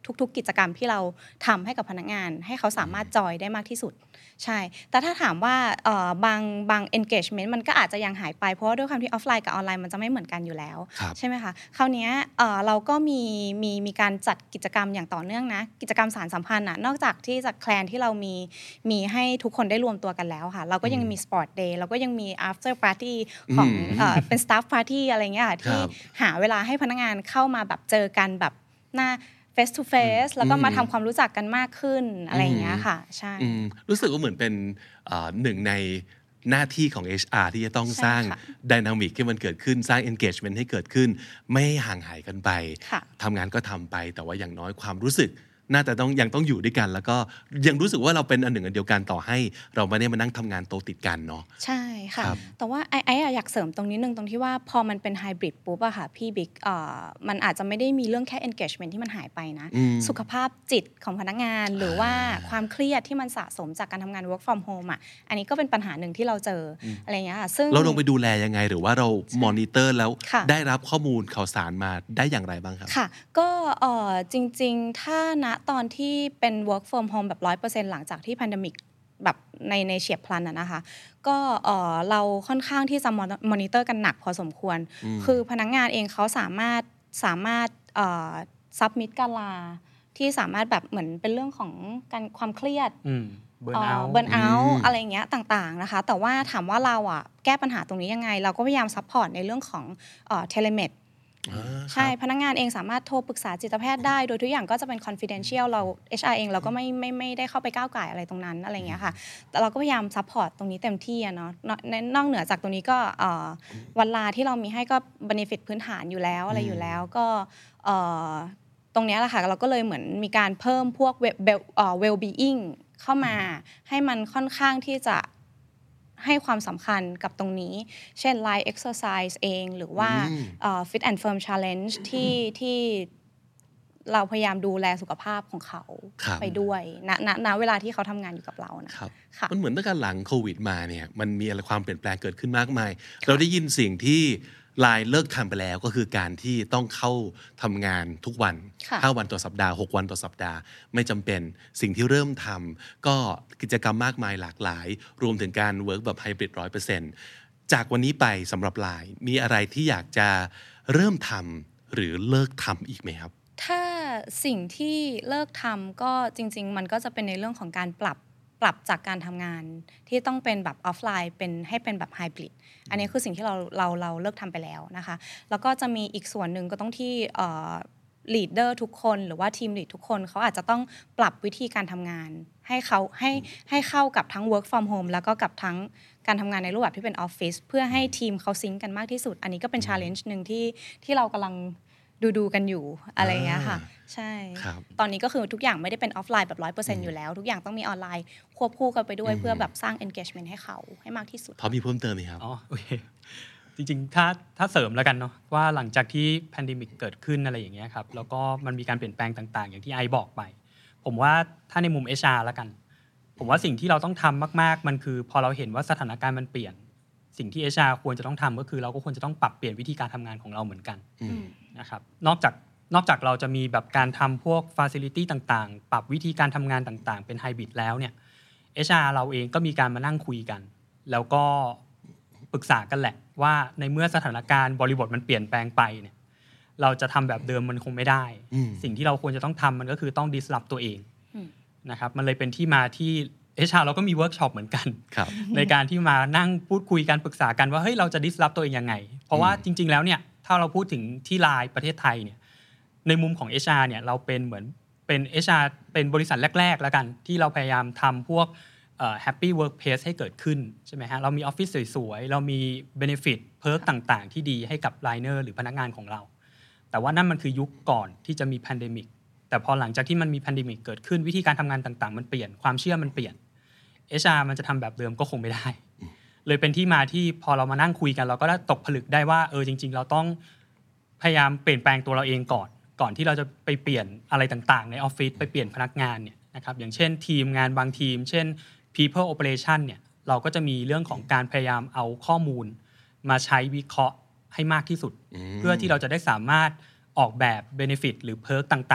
ทุกๆกิจกรรมที่เราทำให้กับพนักงานให้เขาสามารถจอยได้มากที่สุดใช่แต่ถ้าถามว่าเอ่อบางบาง engagement มันก็อาจจะยังหายไปเพราะว่าด้วยความที่ออฟไลน์กับออนไลน์มันจะไม่เหมือนกันอยู่แล้วใช่ไหมคะคราวนี้เอ่อเราก็มีมีมีการจัดกิจกรรมอย่างต่อเนื่องนะกิจกรรมสารสัมพันธ์น่ะนอกจากที่จากแคลนที่เรามีมีให้ทุกคนได้รวมตัวกันแล้วค่ะเราก็ยังมี sport day เราก็ยังมี after party ของเอ่อเป็น staff party อะไรเงี้ยที่หาเวลาให้พนักงานเข้ามาแบบเจอกันแบบหน้าface to face แล้วก็มาทำความรู้จักกันมากขึ้นอะไรอย่างเงี้ยค่ะใช่รู้สึกว่าเหมือนเป็นหนึ่งในหน้าที่ของ เอช อาร์ ที่จะต้องสร้าง dynamic ที่มันเกิดขึ้นสร้าง engagement ให้เกิดขึ้นไม่ห่างหายกันไปทำงานก็ทำไปแต่ว่าอย่างน้อยความรู้สึกน่าจะต้องยังต้องอยู่ด้วยกันแล้วก็ยังรู้สึกว่าเราเป็นอันหนึ่งอันเดียวกันต่อให้เราไม่ได้มานั่งทำงานโต๊ะติดกันเนาะใช่ค่ะแต่ว่าไอ้ไอ้อยากเสริมตรงนี้นึงตรงที่ว่าพอมันเป็นไฮบริดปุ๊บอะค่ะพี่บิ๊กเอ่อมันอาจจะไม่ได้มีเรื่องแค่ engagement ที่มันหายไปนะสุขภาพจิตของพนักงานหรือว่าความเครียดที่มันสะสมจากการทำงาน work from home อะอันนี้ก็เป็นปัญหาหนึ่งที่เราเจออะไรเงี้ยค่ะซึ่งเราลงไปดูแลยังไงหรือว่าเรามอนิเตอร์แล้วได้รับข้อมูลข่าวสารมาได้อย่างไรบ้างครับค่ะก็เอ่อจริงๆถ้าณตอนที่เป็น work from home แบบ หนึ่งร้อยเปอร์เซ็นต์ หลังจากที่ pandemic แบบในในเฉียบพลันอะนะคะก็เอ่อเราค่อนข้างที่จะมอนิเตอร์กันหนักพอสมควรคือพนักงานเองเขาสามารถสามารถเอ่อ submit การลาที่สามารถแบบเหมือนเป็นเรื่องของการความเครียดเบิร์นเอาท์เบิร์นเอาท์อะไรเงี้ยต่างๆนะคะแต่ว่าถามว่าเราอะแก้ปัญหาตรงนี้ยังไงเราก็พยายามซัพพอร์ตในเรื่องของเอ่อ telemedใช่พนักงานเองสามารถโทรปรึกษาจิตแพทย์ได้โดยทุกอย่างก็จะเป็น confidential เรา เอช อาร์ เองเราก็ไม่ไม่ไม่ได้เข้าไปก้าวไก่อะไรตรงนั้นอะไรเงี้ยค่ะแต่เราก็พยายามซัพพอร์ตตรงนี้เต็มที่อะเนาะนอกเหนือจากตรงนี้ก็วันลาที่เรามีให้ก็ benefit พื้นฐานอยู่แล้วอะไรอยู่แล้วก็ตรงนี้แหละค่ะเราก็เลยเหมือนมีการเพิ่มพวก well being เข้ามาให้มันค่อนข้างที่จะให้ความสำคัญกับตรงนี้เช่น Light Exercise เองหรือว่า Fit and Firm Challenge ที่ที่เราพยายามดูแลสุขภาพของเขาไปด้วยณณณเวลาที่เขาทำงานอยู่กับเรานะครับมันเหมือนตั้งแต่หลังโควิดมาเนี่ยมันมีอะไรความเปลี่ยนแปลงเกิดขึ้นมากมายเราได้ยินสิ่งที่ไลน์เลิกทำไปแล้วก็คือการที่ต้องเข้าทำงานทุกวันห้าวันต่อสัปดาห์หกวันต่อสัปดาห์ไม่จำเป็นสิ่งที่เริ่มทำก็กิจกรรมมากมายหลากหลายรวมถึงการเวิร์กแบบไฮบริด ร้อยเปอร์เซ็นต์ จากวันนี้ไปสำหรับไลน์มีอะไรที่อยากจะเริ่มทำหรือเลิกทำอีกไหมครับถ้าสิ่งที่เลิกทำก็จริงๆมันก็จะเป็นในเรื่องของการปรับปรับจากการทำงานที่ต้องเป็นแบบออฟไลน์เป็นให้เป็นแบบไฮบริดอันนี้คือสิ่งที่เราเราเราเลิกทำไปแล้วนะคะแล้วก็จะมีอีกส่วนหนึ่งก็ต้องที่เอ่อลีดเดอร์ทุกคนหรือว่าทีมลีดทุกคนเขาอาจจะต้องปรับวิธีการทำงานให้เขาให้ให้เข้ากับทั้ง work from home แล้วก็กับทั้งการทำงานในรูปแบบที่เป็นออฟฟิศเพื่อให้ทีมเขาซิงค์กันมากที่สุดอันนี้ก็เป็น challenge นึงที่ที่เรากำลังดูดูกันอยู่อะไรอย่างเงี้ยค่ะใช่ตอนนี้ก็คือทุกอย่างไม่ได้เป็นออฟไลน์แบบ ร้อยเปอร์เซ็นต์ อยู่แล้วทุกอย่างต้องมีออนไลน์ควบคู่กันไปด้วยเพื่อแบบสร้าง engagement ให้เขาให้มากที่สุดพอมีเพิ่มเติมไหมครับอ๋อโอเคจริงๆถ้าถ้าเสริมแล้วกันเนาะว่าหลังจากที่แพนเดมิกเกิดขึ้นอะไรอย่างเงี้ยครับแล้วก็มันมีการเปลี่ยนแปลงต่างๆอย่างที่ไอบอกไปผมว่าถ้าในมุม เอช อาร์ แล้วกันผมว่าสิ่งที่เราต้องทำมากๆมันคือพอเราเห็นว่าสถานการณ์มันเปลี่ยนสิ่งที่ เอช อาร์ ควรจะต้องทำก็คือเราก็ควรจะต้องปรับเปลี่ยนวิธีการทำงานของเราเหมือนกันนะครับนอกจากนอกจากเราจะมีแบบการทำพวก facility ต่างๆปรับวิธีการทำงานต่างๆเป็นไฮบริดแล้วเนี่ย เอช อาร์ เราเองก็มีการมานั่งคุยกันแล้วก็ปรึกษากันแหละว่าในเมื่อสถานการณ์บริบทมันเปลี่ยนแปลงไปเนี่ยเราจะทำแบบเดิมมันคงไม่ได้สิ่งที่เราควรจะต้องทำมันก็คือต้อง disrupt ตัวเองนะครับมันเลยเป็นที่มาที่ เอช อาร์ เราก็มีเวิร์กช็อปเหมือนกันในการที่มานั่งพูดคุยกันปรึกษากันว่าเฮ้ยเราจะ disrupt ตัวเองยังไงเพราะว่าจริงๆแล้วเนี่ยถ้าเราพูดถึงที่ไลน์ประเทศไทยเนี่ยในมุมของ เอช อาร์ เนี่ยเราเป็นเหมือนเป็น เอช อาร์ เป็นบริษัทแรกๆแล้วกันที่เราพยายามทำพวกเอ่อ happy workplace ให้เกิดขึ้นใช่ไหมฮะเรามีออฟฟิศสวยๆเรามี benefit perk ต่างๆที่ดีให้กับ liner หรือพนักงานของเราแต่ว่านั่นมันคือยุคก่อนที่จะมี pandemic แต่พอหลังจากที่มันมี pandemic เกิดขึ้นวิธีการทำงานต่างๆมันเปลี่ยนความเชื่อมันเปลี่ยน เอช อาร์ มันจะทำแบบเดิมก็คงไม่ได้เลยเป็นที่มาที่พอเรามานั่งคุยกันเราก็ได้ตกผลึกได้ว่าเออจริงๆเราต้องพยายามเปลี่ยนแปลงตัวเราเองก่อนก่อนที่เราจะไปเปลี่ยนอะไรต่างๆในออฟฟิศไปเปลี่ยนพนักงานเนี่ยนะครับอย่างเช่นทีมงานบางทีมเช่น people operation เนี่ยเราก็จะมีเรื่องของการพยายามเอาข้อมูลมาใช้วิเคราะห์ให้มากที่สุดเพื่อที่เราจะได้สามารถออกแบบ benefit หรือ perk ต่างๆที่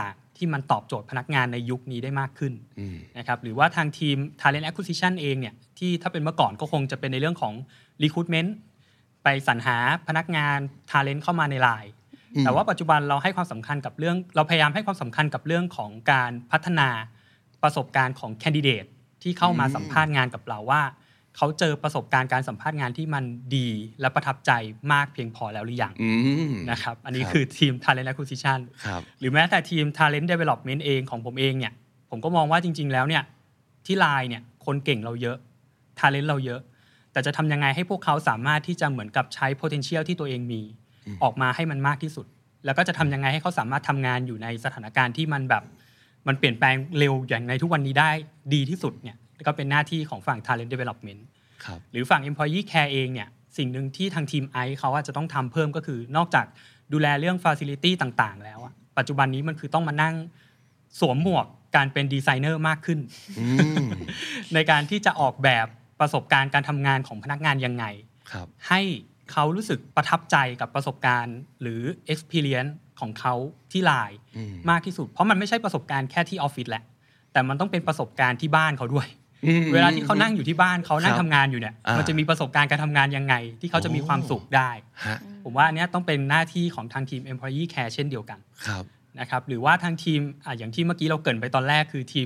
ที่มันตอบโจทย์พนักงานในยุคนี้ได้มากขึ้นนะครับหรือว่าทางทีม Talent Acquisition เองเนี่ยที่ถ้าเป็นเมื่อก่อนก็คงจะเป็นในเรื่องของ Recruitment ไปสรรหาพนักงาน Talent เข้ามาใน ไลน์ แต่ว่าปัจจุบันเราให้ความสำคัญกับเรื่องเราพยายามให้ความสำคัญกับเรื่องของการพัฒนาประสบการณ์ของ Candidate ที่เข้ามาสัมภาษณ์งานกับเราว่าเขาเจอประสบการณ์การสัมภาษณ์งานที่มันดีและประทับใจมากเพียงพอแล้วหรือยังนะครับอันนี้คือทีม Talent Acquisition หรือแม้แต่ทีม Talent Development เองของผมเองเนี่ยผมก็มองว่าจริงๆแล้วเนี่ยที่ ไลน์ เนี่ยคนเก่งเราเยอะ Talent เราเยอะแต่จะทำยังไงให้พวกเขาสามารถที่จะเหมือนกับใช้ potential ที่ตัวเองมีออกมาให้มันมากที่สุดแล้วก็จะทำยังไงให้เขาสามารถทำงานอยู่ในสถานการณ์ที่มันแบบมันเปลี่ยนแปลงเร็วอย่างในทุกวันนี้ได้ดีที่สุดเนี่ยก็เป็นหน้าที่ของฝั่ง Talent Development หรือฝั่ง Employee Care เองเนี่ยสิ่งหนึ่งที่ทางทีม ไอ ซ์ เขาจะต้องทำเพิ่มก็คือนอกจากดูแลเรื่อง Facility ต่างๆแล้วปัจจุบันนี้มันคือต้องมานั่งสวมหมวกการเป็นดีไซเนอร์มากขึ้น ในการที่จะออกแบบประสบการณ์การทำงานของพนักงานยังไงให้เขารู้สึกประทับใจกับประสบการณ์หรือ experience ของเขาที่ ไลน์ มากที่สุดเพราะมันไม่ใช่ประสบการณ์แค่ที่ออฟฟิศแหละแต่มันต้องเป็นประสบการณ์ที่บ้านเขาด้วยเวลาที่เขานั่งอยู่ที่บ้านเขานั่งทำงานอยู่เนี่ยมันจะมีประสบการณ์การทำงานยังไงที่เขาจะมีความสุขได้ผมว่าอันนี้ต้องเป็นหน้าที่ของทางทีม Employee Care เช่นเดียวกันนะครับหรือว่าทางทีมอย่างที่เมื่อกี้เราเกริ่นไปตอนแรกคือทีม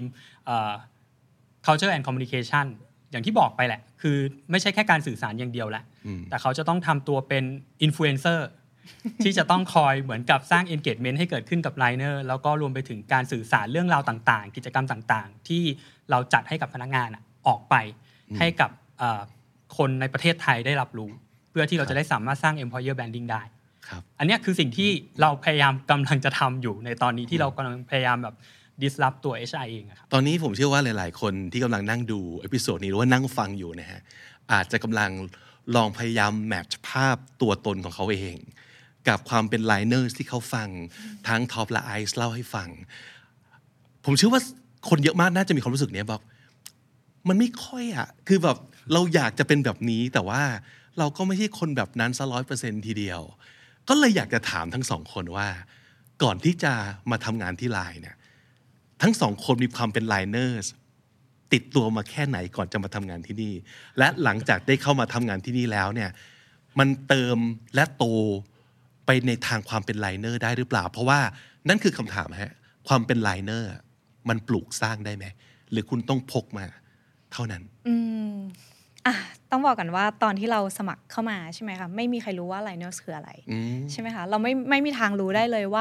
Culture and Communication อย่างที่บอกไปแหละคือไม่ใช่แค่การสื่อสารอย่างเดียวแหละแต่เขาจะต้องทำตัวเป็น Influencer ที่จะต้องคอยเหมือนกับสร้าง engagement ให้เกิดขึ้นกับ Liner แล้วก็รวมไปถึงการสื่อสารเรื่องราวต่างๆกิจกรรมต่างๆที่เราจัดให้กับพนักงานออกไปให้กับคนในประเทศไทยได้รับรู้เพื่อที่เราจะได้สามารถสร้าง employer branding ได้อันนี้คือสิ่งที่เราพยายามกำลังจะทำอยู่ในตอนนี้ที่เรากำลังพยายามแบบ disrupt ตัว เอช อาร์ เองครับตอนนี้ผมเชื่อว่าหลายๆคนที่กำลังนั่งดูเอพิโซดนี้หรือว่านั่งฟังอยู่นะฮะอาจจะกำลังลองพยายามแมทช์ภาพตัวตนของเขาเองกับความเป็น Liners ที่เขาฟังทั้งท็อปและไอซ์เล่าให้ฟังผมเชื่อว่าคนเยอะมากน่าจะมีความรู้สึกเนี้ยแบบมันไม่ค่อยอ่ะคือแบบเราอยากจะเป็นแบบนี้แต่ว่าเราก็ไม่ใช่คนแบบนั้นซะ ร้อยเปอร์เซ็นต์ ทีเดียวก็เลยอยากจะถามทั้งสองคนว่าก่อนที่จะมาทำงานที่ ไลน์ เนี่ยทั้งสองคนมีความเป็น Liners ติดตัวมาแค่ไหนก่อนจะมาทำงานที่นี่และหลังจากได้เข้ามาทำงานที่นี่แล้วเนี่ยมันเติมและโตไปในทางความเป็น Liner ได้หรือเปล่าเพราะว่านั่นคือคำถามฮะความเป็น Liner มันปลูกสร้างได้ไหมหรือคุณต้องพกมาเท่านั้นอืมอ่ะต้องบอกกันว่าตอนที่เราสมัครเข้ามาใช่ไหมคะไม่มีใครรู้ว่า Liner คืออะไรใช่ไหมคะเราไม่ไม่มีทางรู้ได้เลยว่า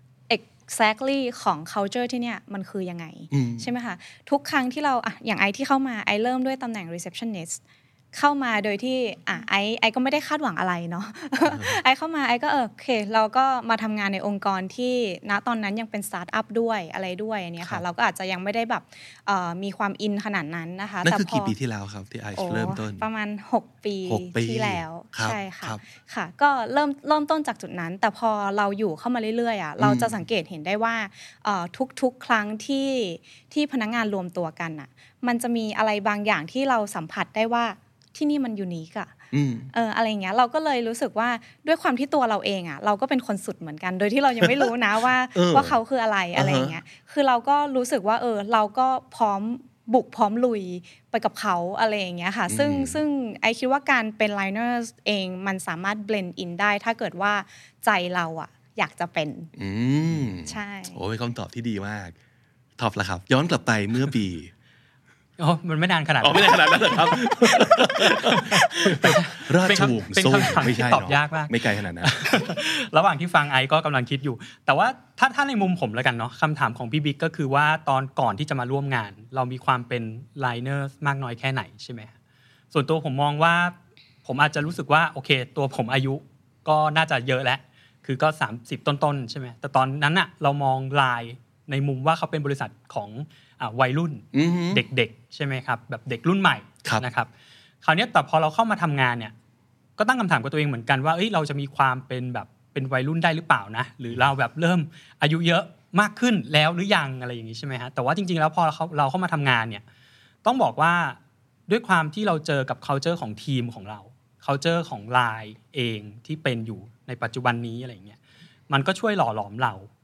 exactly ของ culture ที่เนี่ยมันคือยังไงใช่ไหมคะทุกครั้งที่เราอ่ะอย่างไอที่เข้ามาไอเริ่มด้วยตำแหน่ง receptionistเข้ามาโดยที่อ่ะไอไอก็ไม่ได้คาดหวังอะไรเนาะ ไอเข้ามาไอก็เออโอเคเราก็มาทำงานในองค์กรที่ณตอนนั้นยังเป็นสตาร์ทอัพด้วยอะไรด้วยอันนี้ค่ะเราก็อาจจะยังไม่ได้แบบมีความอินขนาดนั้นนะคะนั่นคือกี่ปีที่แล้วครับที่ไอเริ่มต้นประมาณหกปีที่แล้วใช่ค่ะค่ะก็เริ่มเริ่มต้นจากจุดนั้นแต่พอเราอยู่เข้ามาเรื่อยๆอ่ะเราจะสังเกตเห็นได้ว่าทุกๆครั้งที่ที่พนักงานรวมตัวกันอ่ะมันจะมีอะไรบางอย่างที่เราสัมผัสได้ว่าที่นี่มันยูนิคอะเอออะไรอย่างเงี้ยเราก็เลยรู้สึกว่าด้วยความที่ตัวเราเองอะเราก็เป็นคนสุดเหมือนกันโดยที่เรายังไม่รู้นะว่าว่าเขาคืออะไรอะไรอย่างเงี้ยคือเราก็รู้สึกว่าเออเราก็พร้อมบุกพร้อมลุยไปกับเขาอะไรอย่างเงี้ยค่ะซึ่งซึ่งไอคิดว่าการเป็น Liner เองมันสามารถ blend in ได้ถ้าเกิดว่าใจเราอะอยากจะเป็นใช่โอ้เป็นคำตอบที่ดีมากท็อปละครับย้อนกลับไปเมื่อปีอ๋อมันไม่นานขนาดอ๋อไม่นานขนาดนั้นครับราชวงศ์โซ่ไม่ใช่ตอบยากมากไม่ไกลขนาดนั้นระหว่างที่ฟังไอก็กำลังคิดอยู่แต่ว่าถ้าถ้าในมุมผมแล้วกันเนาะคำถามของพี่บิ๊กก็คือว่าตอนก่อนที่จะมาร่วมงานเรามีความเป็น Liner มากน้อยแค่ไหนใช่ไหมส่วนตัวผมมองว่าผมอาจจะรู้สึกว่าโอเคตัวผมอายุก็น่าจะเยอะแล้วคือก็สามสิบต้นๆใช่ไหมแต่ตอนนั้นอะเรามอง ไลน์ ในมุมว่าเขาเป็นบริษัทของวัยรุ่นเด็กๆใช่ไหมครับแบบเด็กรุ่นใหม่นะครับคราวนี้แต่พอเราเข้ามาทำงานเนี่ยก็ตั้งคำถามกับตัวเองเหมือนกันว่าเอ้ยเราจะมีความเป็นแบบเป็นวัยรุ่นได้หรือเปล่านะหรือเราแบบเริ่มอายุเยอะมากขึ้นแล้วหรือยังอะไรอย่างนี้ใช่ไหมฮะแต่ว่าจริงๆแล้วพอเราเข้ามาทำงานเนี่ยต้องบอกว่าด้วยความที่เราเจอกับ culture ของทีมของเรา culture ของ ไลน์ เองที่เป็นอยู่ในปัจจุบันนี้อะไรอย่างเงี้ยมันก็ช่วยหล่อหลอมเรา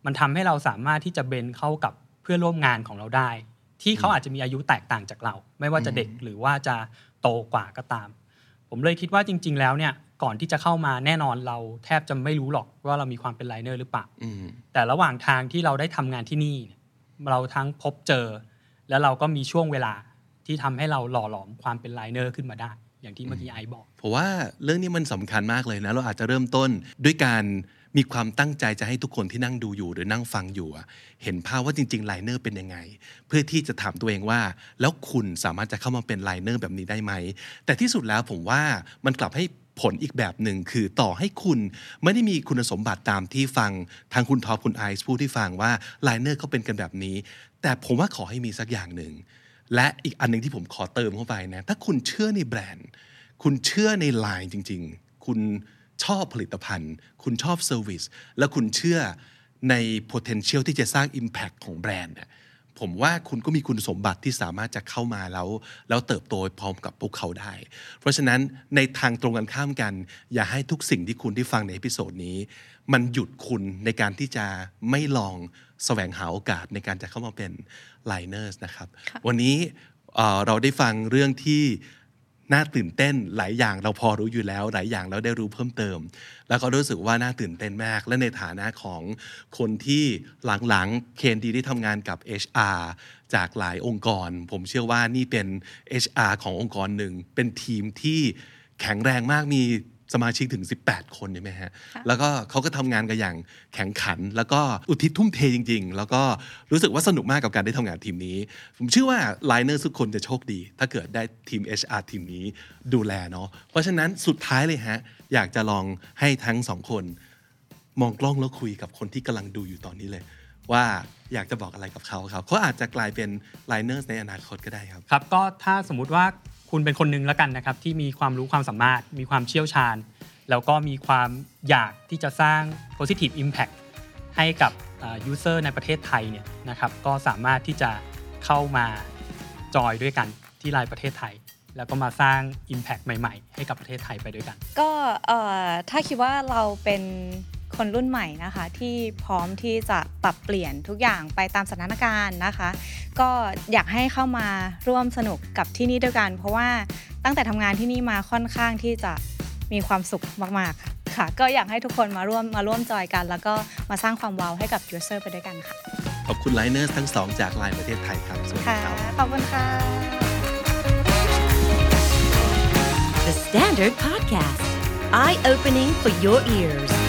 มันทำให้เราสามารถที่จะเบนเข้ากับเพื่อนร่วมงานของเราได้ที่เขาอาจจะมีอายุแตกต่างจากเราไม่ว่าจะเด็กหรือว่าจะโตกว่าก็ตามผมเลยคิดว่าจริงๆแล้วเนี่ยก่อนที่จะเข้ามาแน่นอนเราแทบจะไม่รู้หรอกว่าเรามีความเป็นไลเนอร์หรือเปล่าแต่ระหว่างทางที่เราได้ทำงานที่นี่เราทั้งพบเจอแล้วเราก็มีช่วงเวลาที่ทำให้เราหล่อหลอมความเป็นไลเนอร์ขึ้นมาได้อย่างที่เมื่อกี้ไอซ์บอกเพราะว่าเรื่องนี้มันสำคัญมากเลยนะเราอาจจะเริ่มต้นด้วยการมีความตั้งใจจะให้ทุกคนที่นั่งดูอยู่หรือนั่งฟังอยู่เห็นภาพว่าจริงๆไลเนอร์เป็นยังไงเพื่อที่จะถามตัวเองว่าแล้วคุณสามารถจะเข้ามาเป็นไลเนอร์แบบนี้ได้ไหมแต่ที่สุดแล้วผมว่ามันกลับให้ผลอีกแบบหนึ่งคือต่อให้คุณไม่ได้มีคุณสมบัติตามที่ฟังทางคุณท็อปคุณไอซ์พูดที่ฟังว่าไลเนอร์เขาเป็นกันแบบนี้แต่ผมว่าขอให้มีสักอย่างหนึ่งและอีกอันนึงที่ผมขอเติมเข้าไปนะถ้าคุณเชื่อในแบรนด์คุณเชื่อในไลน์จริงๆคุณชอบผลิตภัณฑ์คุณชอบเซอร์วิสและคุณเชื่อใน potential ที่จะสร้าง impact ของแบรนด์เนี่ยผมว่าคุณก็มีคุณสมบัติที่สามารถจะเข้ามาแล้วแล้วเติบโตพร้อมกับพวกเขาได้เพราะฉะนั้นในทางตรงกันข้ามกันอย่าให้ทุกสิ่งที่คุณที่ฟังในเอพิโซดนี้มันหยุดคุณในการที่จะไม่ลองแสวงหาโอกาสในการจะเข้ามาเป็นไลเนอร์สนะครับวันนี้เอ่อเราได้ฟังเรื่องที่น่าตื่นเต้นหลายอย่างเราพอรู้อยู่แล้วหลายอย่างเราได้รู้เพิ่มเติมแล้วก็รู้สึกว่าน่าตื่นเต้นมากและในฐานะของคนที่หลังๆ เคน ดี ได้ทำงานกับ เอช อาร์ จากหลายองค์กรผมเชื่อว่านี่เป็น เอช อาร์ ขององค์กรหนึ่งเป็นทีมที่แข็งแรงมากมีสมาชิกถึงสิบแปดคนใช่ไหมฮะแล้วก็เขาก็ทำงานกันอย่างแข็งขันแล้วก็อุทิศทุ่มเทจริงๆแล้วก็รู้สึกว่าสนุกมากกับการได้ทำงานทีมนี้ผมเชื่อว่าไลเนอร์ทุกคนจะโชคดีถ้าเกิดได้ทีม เอช อาร์ ทีมนี้ดูแลเนาะเพราะฉะนั้นสุดท้ายเลยฮะอยากจะลองให้ทั้งสองคนมองกล้องแล้วคุยกับคนที่กำลังดูอยู่ตอนนี้เลยว่าอยากจะบอกอะไรกับเขาครับเขาอาจจะกลายเป็นไลเนอร์ในอนาคตก็ได้ครับครับก็ถ้าสมมุติว่าคุณเป็นคนหนึ่งแล้วกันนะครับที่มีความรู้ความสามารถมีความเชี่ยวชาญแล้วก็มีความอยากที่จะสร้าง positive impact ให้กับ user ในประเทศไทยเนี่ยนะครับก็สามารถที่จะเข้ามาจอยด้วยกันที่ไลน์ประเทศไทยแล้วก็มาสร้าง impact ใหม่ๆให้กับประเทศไทยไปด้วยกันก็ถ้าคิดว่าเราเป็นคนรุ่นใหม่นะคะที่พร้อมที่จะปรับเปลี่ยนทุกอย่างไปตามสถานการณ์นะคะก็อยากให้เข้ามาร่วมสนุกกับที่นี่ด้วยกันเพราะว่าตั้งแต่ทำงานที่นี่มาค่อนข้างที่จะมีความสุขมากๆค่ะก็อยากให้ทุกคนมาร่วมมาร่วมจอยกันแล้วก็มาสร้างความว้าวให้กับ user ไปด้วยกันค่ะขอบคุณไลเนอร์ทั้งสองจากไลน์ประเทศไทยครับสวัสดีครับขอบคุณค่ะ The Standard Podcast Eye Opening for Your Ears